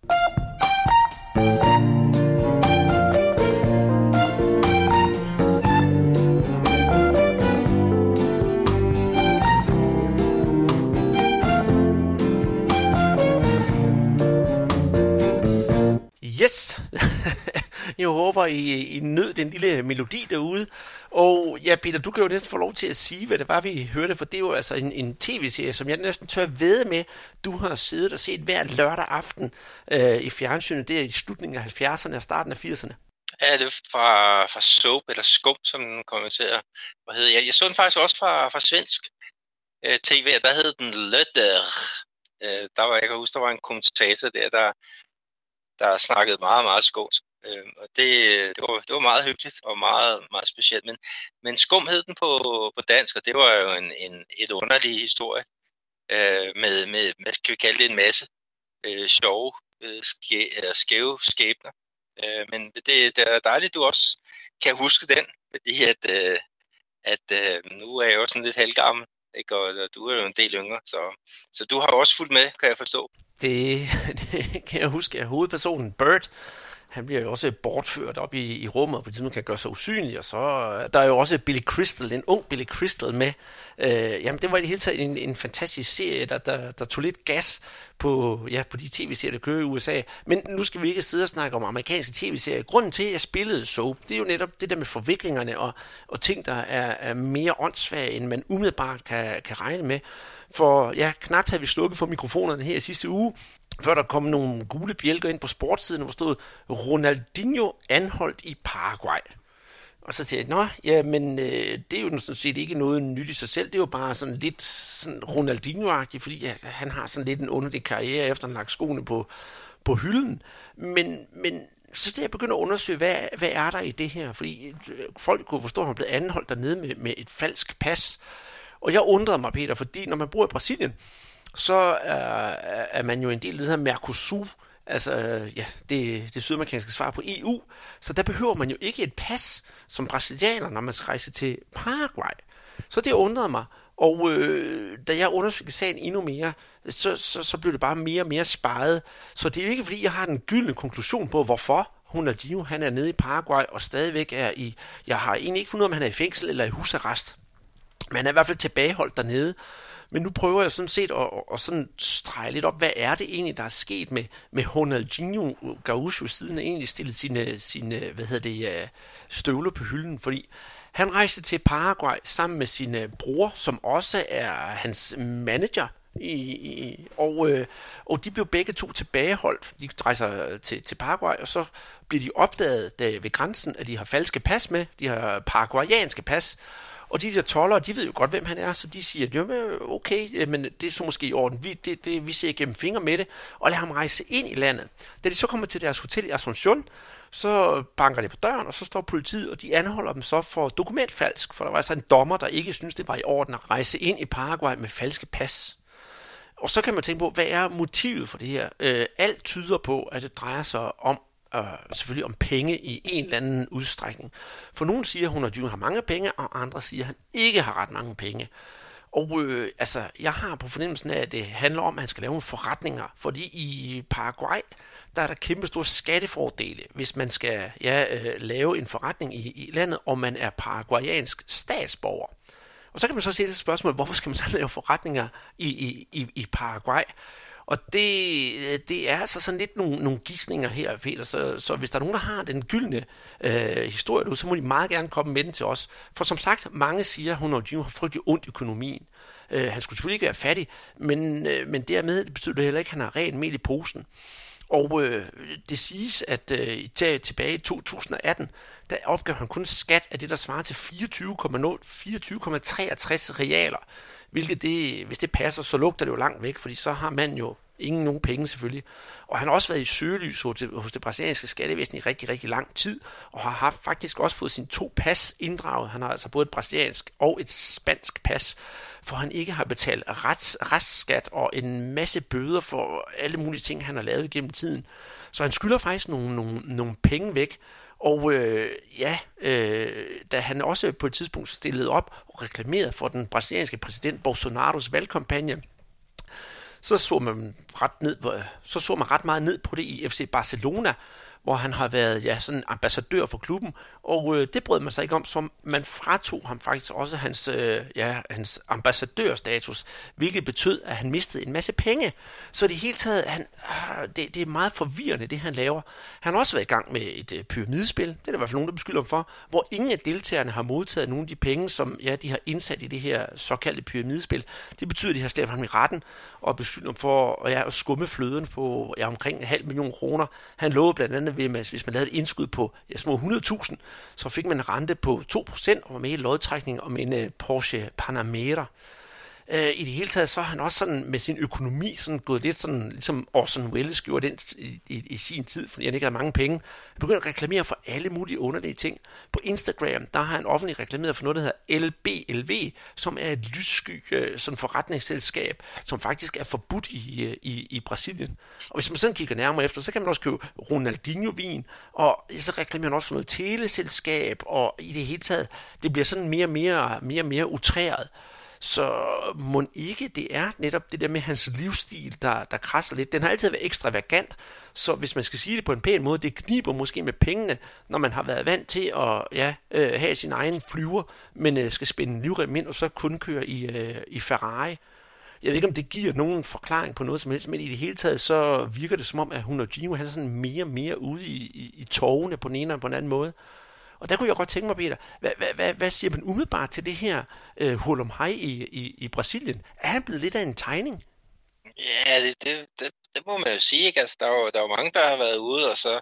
Yes! Jeg håber, I, I nød den lille melodi derude. Og ja, Peter, du kan jo næsten få lov til at sige, hvad det var, vi hørte, for det er jo altså en, en tv-serie, som jeg næsten tør vædde med. Du har siddet og set hver lørdag aften øh, i fjernsynet, det er i slutningen af halvfjerdserne og starten af firserne. Ja, det er fra, fra Soap, eller Skum, som den kommer til at hedde. Jeg, jeg så den faktisk også fra, fra svensk øh, tv, der hed den Løtter. Øh, der var, jeg kan huske, der var en kommentator der, der der snakkede meget, meget skånsk. Øh, og det, det, var, det var meget hyggeligt og meget, meget specielt. Men, men Skum hed den på, på dansk, og det var jo en, en et underlig historie øh, med, med, med, kan vi kalde det en masse øh, sjove, øh, ske, eller skæve skæbner. Øh, men det, det er dejligt, du også kan huske den, fordi at, øh, at øh, nu er jeg jo sådan lidt halvgammel, ikke? Og, og du er jo en del yngre, så, så du har også fulgt med, kan jeg forstå. Det, det kan jeg huske, at hovedpersonen Bert, han bliver jo også bortført op i, i rummet, og på det nu kan gøre sig usynlig, og så der er jo også Billy Crystal, en ung Billy Crystal med. Øh, jamen, det var i det hele taget en, en fantastisk serie, der, der, der tog lidt gas på, ja, på de tv-serier, der kører i U S A. Men nu skal vi ikke sidde og snakke om amerikanske tv-serier. Grunden til, at jeg spillede Soap, det er jo netop det der med forviklingerne og, og ting, der er, er mere åndssvage, end man umiddelbart kan, kan regne med. For ja, knap havde vi slukket for mikrofonerne her i sidste uge, før der kom nogle gule bjælker ind på sportssiden, hvor stod Ronaldinho anholdt i Paraguay. Og så tænkte jeg, nå, ja, men øh, det er jo sådan set ikke noget nyt i sig selv. Det er jo bare sådan lidt sådan Ronaldinho-agtigt, fordi ja, han har sådan lidt en underlig karriere, efter han lagt skoene på, på hylden. Men, men så det jeg begynder at undersøge, hvad, hvad er der i det her? Fordi folk kunne forstå, at han blev anholdt dernede med, med et falsk pas. Og jeg undrede mig, Peter, fordi når man bor i Brasilien, så er, er man jo en del af det her Mercosur, altså ja, det, det sydamerikanske svar på E U, så der behøver man jo ikke et pas som brasilianer, når man skal rejse til Paraguay. Så det undrede mig, og øh, da jeg undersøgte sagen endnu mere, så, så, så blev det bare mere og mere sparet. Så det er jo ikke, fordi jeg har den gyldne konklusion på, hvorfor Ronaldinho han er nede i Paraguay og stadigvæk er i, jeg har egentlig ikke fundet ud af, om han er i fængsel eller i husarrest. Men han er i hvert fald tilbageholdt dernede. Men nu prøver jeg sådan set at, at sådan strege lidt op, hvad er det egentlig, der er sket med, med Ronaldinho Gaúcho, siden han egentlig stillede sine, sine hvad hedder det, støvler på hylden. Fordi han rejste til Paraguay sammen med sin bror, som også er hans manager. I, i, og, øh, og de blev begge to tilbageholdt. De rejser til, til Paraguay, og så bliver de opdaget der ved grænsen, at de har falske pas med. De har paraguayanske pas. Og de der toldere, de ved jo godt, hvem han er, så de siger, jamen okay, men det er så måske i orden. Vi, det, det, vi ser igennem fingre med det, og lader ham rejse ind i landet. Da de så kommer til deres hotel i Asunción, så banker de på døren, og så står politiet, og de anholder dem så for dokumentfalsk, for der var altså en dommer, der ikke synes det var i orden at rejse ind i Paraguay med falske pas. Og så kan man tænke på, hvad er motivet for det her? Øh, alt tyder på, at det drejer sig om Uh, selvfølgelig om penge i en eller anden udstrækning. For nogen siger, at Ronaldinho har mange penge, og andre siger, at han ikke har ret mange penge. Og øh, altså, jeg har på fornemmelsen af, at det handler om, at han skal lave nogle forretninger. Fordi i Paraguay, der er der kæmpe store skattefordele, hvis man skal ja, øh, lave en forretning i, i landet, og man er paraguayansk statsborger. Og så kan man så se det spørgsmål, hvorfor skal man så lave forretninger i, i, i, i Paraguay? Og det, det er altså sådan lidt nogle, nogle gidsninger her, Peter. Så, så hvis der er nogen, der har den gyldne øh, historie, så må de meget gerne komme med den til os. For som sagt, mange siger, at Ronaldinho har frygtelig ondt i økonomien. Øh, han skulle selvfølgelig ikke være fattig, men, øh, men dermed det betyder det heller ikke, at han har rent mel i posen. Og øh, det siges, at øh, tilbage i to tusind og atten, der opgav han kun skat af det, der svarer til fireogtyve komma treogtres realer. Hvilket det, hvis det passer, så lugter det jo langt væk, fordi så har man jo ingen nogen penge selvfølgelig. Og han har også været i søgelys hos det, hos det brasilianske skattevæsen i rigtig, rigtig lang tid, og har haft faktisk også fået sine to pas inddraget. Han har altså både et brasiliansk og et spansk pas, for han ikke har betalt rets, restskat og en masse bøder for alle mulige ting, han har lavet gennem tiden. Så han skylder faktisk nogle, nogle, nogle penge væk. Og øh, ja, øh, da han også på et tidspunkt stillede op og reklamerede for den brasilianske præsident Bolsonaros valgkampagne, så så man ret ned på, så så man ret meget ned på det i F C Barcelona, hvor han har været ja, sådan ambassadør for klubben, og øh, det brød man sig ikke om, så man fratog ham faktisk også hans, øh, ja, hans ambassadørstatus, hvilket betød, at han mistede en masse penge. Så det hele taget, han, øh, det, det er meget forvirrende, det han laver. Han har også været i gang med et øh, pyramidespil, det er der i hvert fald nogen, der beskylder ham for, hvor ingen af deltagerne har modtaget nogle af de penge, som ja, de har indsat i det her såkaldte pyramidespil. Det betyder, at de har slæbt ham i retten og beskyldt ham for ja, at skumme fløden på ja, omkring en halv million kroner. Han lovede blandt andet, hvis man lavede et indskud på ja, små hundrede tusind, så fik man en rente på to procent og var med i lodtrækning om en uh, Porsche Panamera. Uh, I det hele taget så har han også sådan med sin økonomi sådan gået lidt sådan, ligesom Orson Welles gjorde den i, i, i sin tid, fordi han ikke havde mange penge. Han begyndte at reklamere for alle mulige underlige ting. På Instagram, der har han offentligt reklameret for noget, der hedder L B L V, som er et lyssky uh, sådan forretningsselskab, som faktisk er forbudt i, uh, i, i Brasilien. Og hvis man sådan kigger nærmere efter, så kan man også købe Ronaldinho-vin, og så reklamerer han også for noget teleselskab, og i det hele taget, det bliver sådan mere og mere, mere, mere utræret. Så må ikke det er netop det der med hans livsstil, der, der krasser lidt. Den har altid været ekstravagant, så hvis man skal sige det på en pæn måde, det kniber måske med pengene, når man har været vant til at ja, øh, have sin egen flyver, men øh, skal spænde en livrem ind og så kun køre i, øh, i Ferrari. Jeg ved ikke, om det giver nogen forklaring på noget som helst, men i det hele taget, så virker det som om, at Ronaldinho, han er sådan mere og mere ude i, i, i togene på den ene og på den anden måde. Og der kunne jeg godt tænke mig, Peter, hvad, hvad, hvad, hvad siger man umiddelbart til det her øh, hul om hej i, i, i Brasilien? Er han blevet lidt af en tegning? Ja, det, det, det, det må man jo sige, ikke? Altså, der er jo, der er jo mange, der har været ude, og så,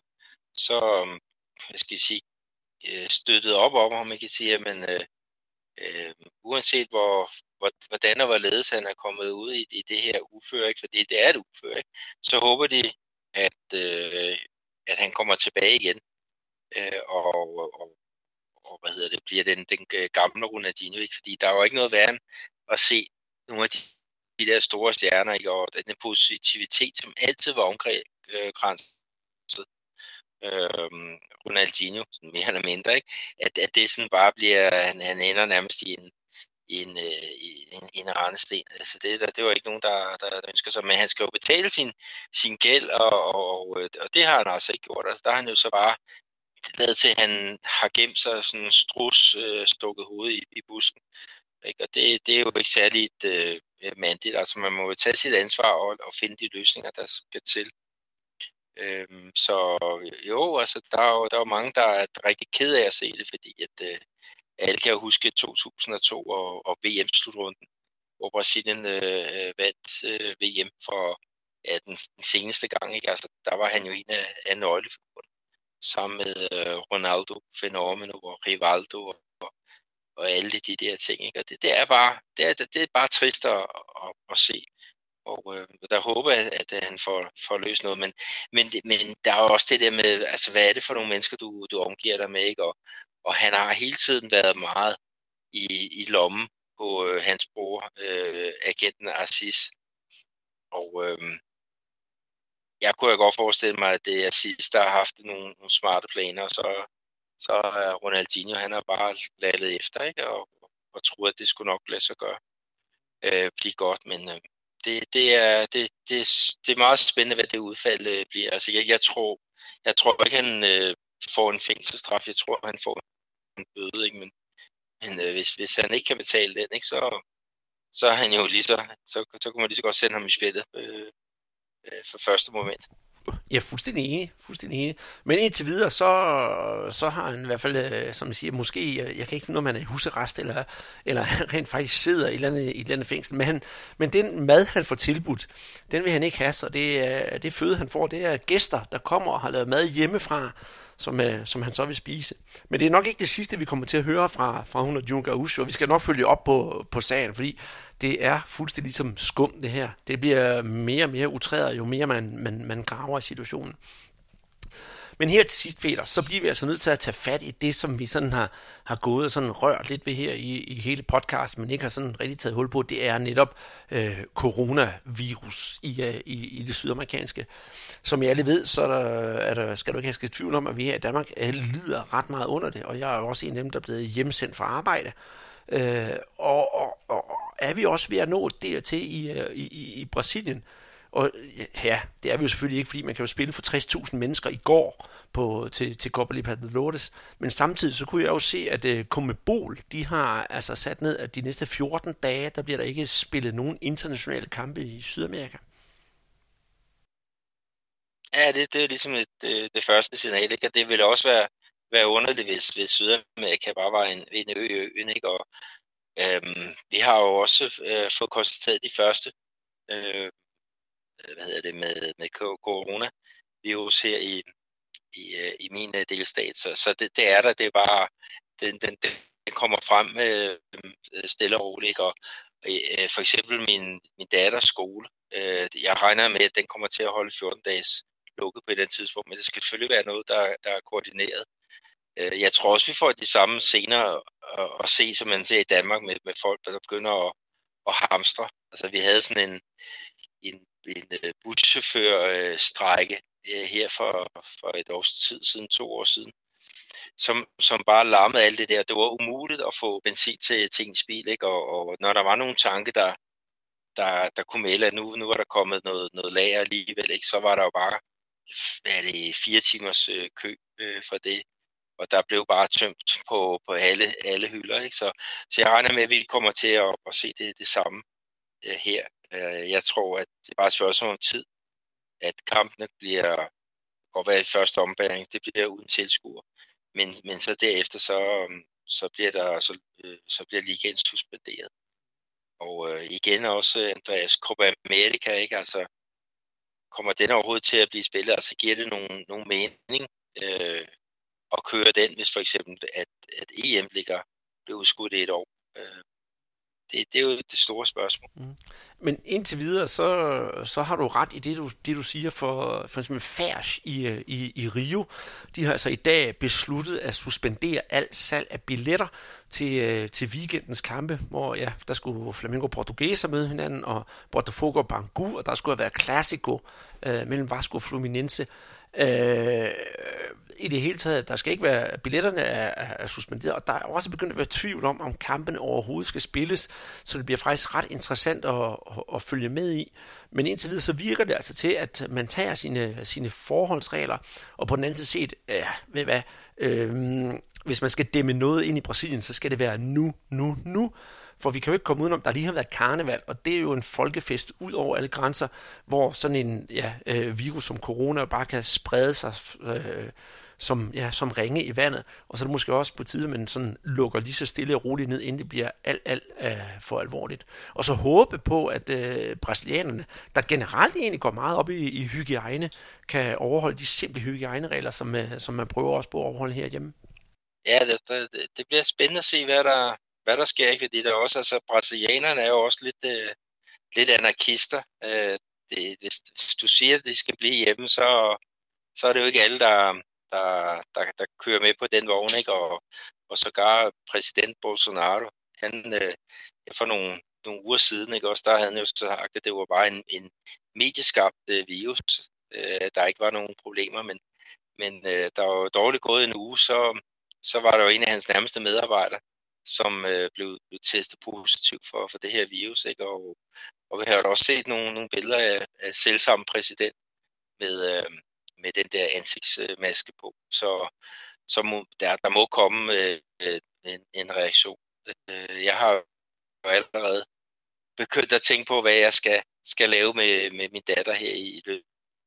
så hvad skal jeg sige, støttet op om, om man kan sige, at man, øh, øh, uanset hvor, hvor, hvordan og hvorledes han er kommet ud i, i det her uføre, ikke? Fordi det er et uføre, ikke? Så håber de, at, øh, at han kommer tilbage igen. Øh, og, og, og hvad hedder det, bliver den, den gamle Ronaldinho, ikke? Fordi der er jo ikke noget værre at se nogle af de, de der store stjerner, ikke? Og den positivitet, som altid var omkranset øh, Ronaldinho, mere eller mindre, ikke? At, at det sådan bare bliver, han, han ender nærmest i en, i en, i en, i en rendesten. Altså det, der, det var ikke nogen, der, der, der ønsker sig, men han skal jo betale sin, sin gæld, og, og, og det har han altså ikke gjort. Altså der har han jo så bare lavet til, at han har gemt sig sådan en strus øh, stukket hoved i, i busken. Ikke? Og det, det er jo ikke særligt øh, mandigt. Altså man må jo tage sit ansvar og, og finde de løsninger, der skal til. Øhm, så jo, altså der er jo, der er jo mange, der er rigtig ked af at se det, fordi at øh, alle kan jo huske to tusind og to og, og V M-slutrunden, hvor Brasilien øh, vandt øh, V M for ja, den, den seneste gang. Ikke? Altså der var han jo en af, af nøglefigurerne, sammen med øh, Ronaldo, Fenomeno og Rivaldo og, og, og alle de der ting. Ikke? Og det, det, er bare, det, er, det er bare trist at, at, at se. Og øh, der håber jeg, at, at han får, får løst noget. Men, men, men der er jo også det der med, altså hvad er det for nogle mennesker, du, du omgiver dig med, ikke? Og, og han har hele tiden været meget i, i lommen på øh, hans bror, øh, agenten Assis. Og øh, jeg kunne jo godt forestille mig, at det er Assis, der har haft nogle, nogle smarte planer, og så, så er Ronaldinho, han har bare ladet efter, ikke? Og, og tror, at det skulle nok lade sig gøre. Øh, blive godt, men... Øh, Det, det, er, det, det, det er meget spændende, hvad det udfald øh, bliver. Altså, jeg, jeg, tror, jeg tror ikke, han øh, får en fængselsstraf. Jeg tror, han får en bøde. Ikke? Men, men øh, hvis, hvis han ikke kan betale den, ikke, så, så er han jo lige så, så, så kunne man lige så godt sende ham i spjældet. Øh, øh, for første moment. Jeg er fuldstændig enig, fuldstændig enig. Men indtil videre, så, så har han i hvert fald, som jeg siger, måske, jeg, jeg kan ikke finde, om han er i husarrest, eller, eller rent faktisk sidder i et eller andet, i et eller andet fængsel. Men, han, men den mad, han får tilbudt, den vil han ikke have, så det, det føde, han får, det er gæster, der kommer og har lavet mad hjemmefra, som, som han så vil spise. Men det er nok ikke det sidste, vi kommer til at høre fra, fra hun og Jun Gaucho, og vi skal nok følge op på, på sagen, fordi det er fuldstændig ligesom skum, det her. Det bliver mere og mere utræret, jo mere man, man, man graver i situationen. Men her til sidst, Peter, så bliver vi altså nødt til at tage fat i det, som vi sådan har, har gået og sådan rørt lidt ved her i, i hele podcasten, men ikke har sådan rigtig taget hul på. Det er netop øh, coronavirus i, øh, i, i det sydamerikanske. Som I alle ved, så er der, er der, skal du ikke have tvivl om, at vi her i Danmark lider ret meget under det, og jeg er også en af dem, der er blevet hjemsendt fra arbejde. Øh, og, og, og er vi også ved at nå dertil i, i, i Brasilien? Og ja, det er vi jo selvfølgelig ikke, fordi man kan jo spille for tres tusind mennesker i går på, til, til Copa Libertadores. Men samtidig så kunne jeg jo se, at uh, CONMEBOL, de har altså sat ned, at de næste fjorten dage, der bliver der ikke spillet nogen internationale kampe i Sydamerika. Ja, det, det er ligesom et, det, det første signal, ikke? Og det ville også være, være underligt, hvis, hvis Sydamerika bare var en, en ø i øen, ikke? Og øhm, vi har jo også øh, fået konstateret de første øh, hvad hedder det, med, med coronavirus her i, i, i min delstat. Så, så det, det er der, det er bare, den, den, den kommer frem øh, stille og roligt. Og øh, for eksempel min, min datters skole, øh, jeg regner med, at den kommer til at holde fjorten dages lukket på et andet tidspunkt, men det skal selvfølgelig være noget, der, der er koordineret. Øh, jeg tror også, vi får de samme scener at, at se, som man ser i Danmark med, med folk, der begynder at, at hamstre. Altså vi havde sådan en en, en uh, buschauffør-strejke uh, her for, for et års tid siden, to år siden, som, som bare larmede alt det der. Det var umuligt at få benzin til, til ens bil, ikke? Og, og når der var nogle tanke, der, der, der kunne melde, at nu, nu var der kommet noget, noget lager alligevel, ikke? Så var der jo bare hvad er det, fire timers uh, kø uh, for det. Og der blev bare tømt på, på alle, alle hylder, ikke? Så, så jeg regner med, at vi kommer til at, at se det, det samme uh, her. Jeg tror, at det er bare et spørgsmål om tid, at kampene bliver, godt være i første ombæring, det bliver uden tilskuer. Men, men så derefter, så, så bliver der så, så bliver ligaen suspenderet. Og øh, igen også, Andreas, Copa America, ikke? Altså, kommer den overhovedet til at blive spillet? Altså, giver det nogen, nogen mening øh, at køre den, hvis for eksempel, at, at E M ligger bliver udskudt i et år? Øh, Det, det er jo det store spørgsmål. Mm. Men indtil videre, så, så har du ret i det, du, det, du siger for, for eksempel Færsch i, i, i Rio. De har altså i dag besluttet at suspendere alt salg af billetter til, til weekendens kampe, hvor ja, der skulle Flamengo Portuguesa møde hinanden, og Botafogo og Bangu, og der skulle have været Clásico øh, mellem Vasco og Fluminense. Øh, I det hele taget, der skal ikke være, billetterne er, er suspenderet, og der er også begyndt at være tvivl om, om kampene overhovedet skal spilles, så det bliver faktisk ret interessant at, at, at følge med i. Men indtil videre, så virker det altså til, at man tager sine, sine forholdsregler, og på den anden side set, ja, ved hvad, øh, hvis man skal dæmme noget ind i Brasilien, så skal det være nu, nu, nu. For vi kan jo ikke komme udenom, der lige har været karneval, og det er jo en folkefest ud over alle grænser, hvor sådan en ja, øh, virus som corona bare kan sprede sig øh, som, ja, som ringe i vandet. Og så er det måske også på tide, at man sådan lukker lige så stille og roligt ned, inden det bliver alt, alt øh, for alvorligt. Og så håbe på, at øh, brasilianerne, der generelt egentlig går meget op i, i hygiejne, kan overholde de simple hygiejneregler, som, øh, som man prøver også på at overholde herhjemme. Ja, det, det, det bliver spændende at se, hvad der hvad der sker, ikke? Fordi der også, altså, brasilianerne er jo også lidt, øh, lidt anarkister. Øh, det, hvis, hvis du siger, at de skal blive hjemme, så, så er det jo ikke alle, der, der, der, der kører med på den vogn, ikke? Og, og sågar præsident Bolsonaro, han øh, for nogle, nogle uger siden, ikke? Også der havde han jo sagt, at det var bare en, en medieskabt øh, virus. Øh, der ikke var nogen problemer, men, men øh, der var jo dårligt gået en uge, så, så var der jo en af hans nærmeste medarbejdere, som øh, blev, blev testet positivt for, for det her virus, ikke? Og, og vi har også set nogle, nogle billeder af, af selvsamme præsident med, øh, med den der ansigtsmaske på. Så, så må, der, der må komme øh, en, en reaktion. Øh, jeg har allerede begyndt at tænke på, hvad jeg skal skal lave med, med min datter her i løbet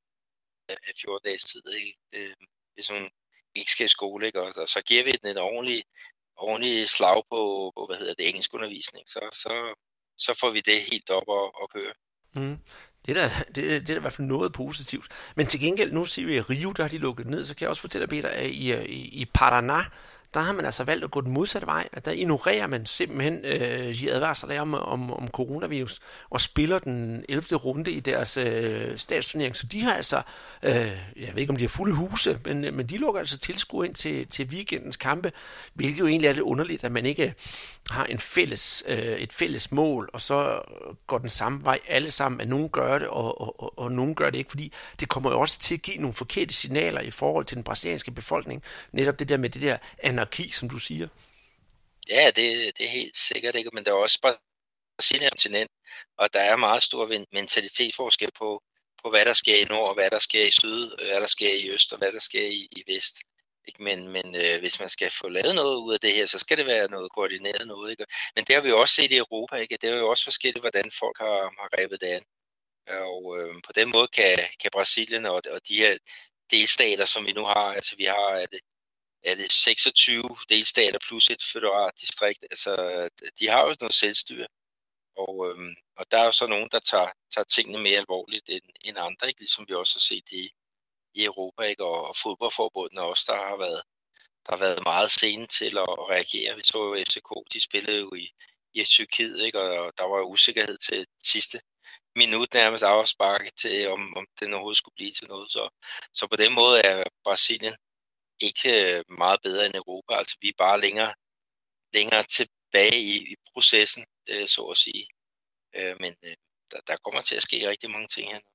af fjorten dages tid, ikke? Øh, hvis hun ikke skal i skole, ikke? Og, og så giver vi den en ordentlig, ordentlig slag på, på hvad hedder det, engelskundervisning, så, så, så får vi det helt op og, og køre. Mm. Det er, da, det, er, det er da i hvert fald noget positivt. Men til gengæld, nu siger vi, at Rio, der har de lukket ned, så kan jeg også fortælle, Peter, at i, i, i Paraná, der har man altså valgt at gå den modsatte vej, at der ignorerer man simpelthen øh, de advarsler, der er om, om, om coronavirus, og spiller den ellevte runde i deres øh, statsturnering. Så de har altså, øh, jeg ved ikke om de har fulde huse, men, men de lukker altså tilskuere ind til, til weekendens kampe, hvilket jo egentlig er lidt underligt, at man ikke har en fælles, øh, et fælles mål, og så går den samme vej alle sammen, at nogen gør det, og, og, og, og nogen gør det ikke, fordi det kommer jo også til at give nogle forkerte signaler i forhold til den brasilianske befolkning, netop det der med det der anarki, som du siger. Ja, det, det er helt sikkert ikke, men der er også Brasilien kontinent, og der er meget stor mentalitetsforskel på, på hvad der sker i nord, og hvad der sker i syd, hvad der sker i øst, og hvad der sker i, i vest. Ikke? Men, men øh, hvis man skal få lavet noget ud af det her, så skal det være noget koordineret noget. Ikke? Men det har vi jo også set i Europa. Ikke? Det er jo også forskelligt, hvordan folk har, har grebet det an. Og øh, på den måde kan, kan Brasilien og, og de her delstater, som vi nu har, altså vi har er det, er det seksogtyve delstater plus et føderalt distrikt, altså de har jo noget selvstyre. Og, øhm, og der er jo så nogen, der tager, tager tingene mere alvorligt end, end andre, ikke? Ligesom vi også har set i, i Europa, ikke? Og, og fodboldforbundene også, der har været, der har været meget sene til at, at reagere. Vi så jo F C K, de spillede jo i, i Tyrkiet, ikke? Og der var jo usikkerhed til sidste minut nærmest afsparket til, om, om den overhovedet skulle blive til noget. Så, så på den måde er Brasilien ikke meget bedre end Europa. Altså vi er bare længere, længere tilbage i, i processen, øh, så at sige. Øh, men øh, der, der kommer til at ske rigtig mange ting her.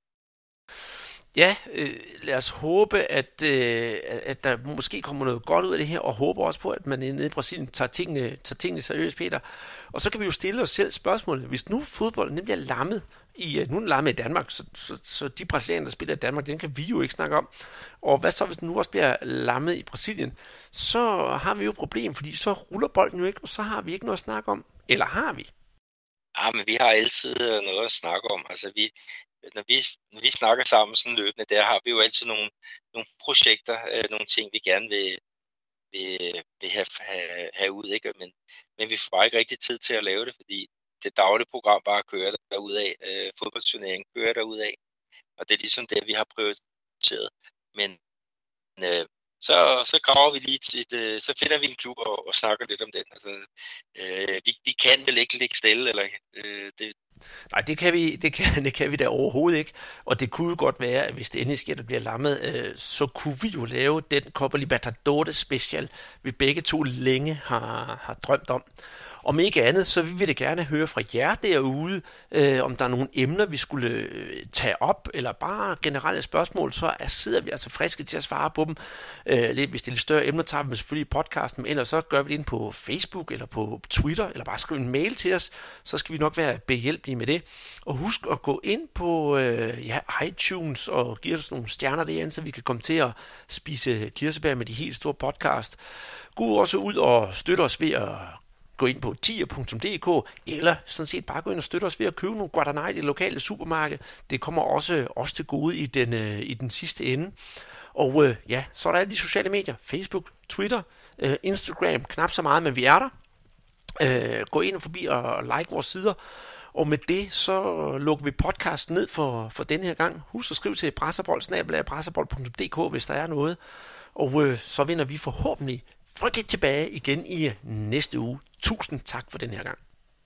Ja, øh, lad os håbe, at, øh, at der måske kommer noget godt ud af det her, og håber også på, at man nede i Brasilien tager tingene, tager tingene seriøst, Peter. Og så kan vi jo stille os selv spørgsmålet, hvis nu fodbolden nemlig er lammet, i, nu er den lammet i Danmark, så, så, så de brasilianere, der spiller i Danmark, den kan vi jo ikke snakke om. Og hvad så, hvis den nu også bliver lammet i Brasilien? Så har vi jo et problem, fordi så ruller bolden jo ikke, og så har vi ikke noget at snakke om. Eller har vi? Ja, men vi har altid noget at snakke om. Altså vi, når vi, når vi snakker sammen sådan løbende, der har vi jo altid nogle, nogle projekter, øh, nogle ting, vi gerne vil, vil, vil have, have, have ud, ikke? Men, men vi får bare ikke rigtig tid til at lave det, fordi det daglige program bare kører derudad, øh, fodboldturneringen kører derudad, og det er ligesom det, vi har prioriteret. Men øh, så, så graver vi lige til, et, så finder vi en klub og, og snakker lidt om den. Altså, øh, vi, vi kan vel ikke ligge stille, eller øh, det. Nej, det kan vi, det kan, det kan vi da overhovedet ikke. Og det kunne jo godt være, at hvis det endelig sker, der bliver lammet, øh, så kunne vi jo lave den Copa Libertadores special, vi begge to længe har, har drømt om. Om ikke andet, så vil vi det gerne høre fra jer derude, øh, om der er nogle emner, vi skulle øh, tage op, eller bare generelle spørgsmål, så er, sidder vi altså friske til at svare på dem. Øh, lidt, hvis det er lidt større emner, tager vi dem selvfølgelig i podcasten, men ellers så gør vi det ind på Facebook, eller på Twitter, eller bare skrive en mail til os, så skal vi nok være behjælpelige med det. Og husk at gå ind på øh, ja, iTunes og give os nogle stjerner derinde, så vi kan komme til at spise kirsebær med de helt store podcast. Gå også ud og støtte os ved at gå ind på tier punktum d k, eller sådan set bare gå ind og støtte os ved at købe nogle Guaraná i det lokale supermarked. Det kommer også os til gode i den, øh, i den sidste ende. Og øh, ja, så er der alle de sociale medier. Facebook, Twitter, øh, Instagram, knap så meget, men vi er der. Øh, gå ind og forbi og like vores sider. Og med det, så lukker vi podcasten ned for, for denne her gang. Husk at skrive til brasserbold snabel-a brasserbold punktum d k, hvis der er noget. Og øh, så vender vi forhåbentlig frygteligt tilbage igen i næste uge. Tusind tak for den her gang.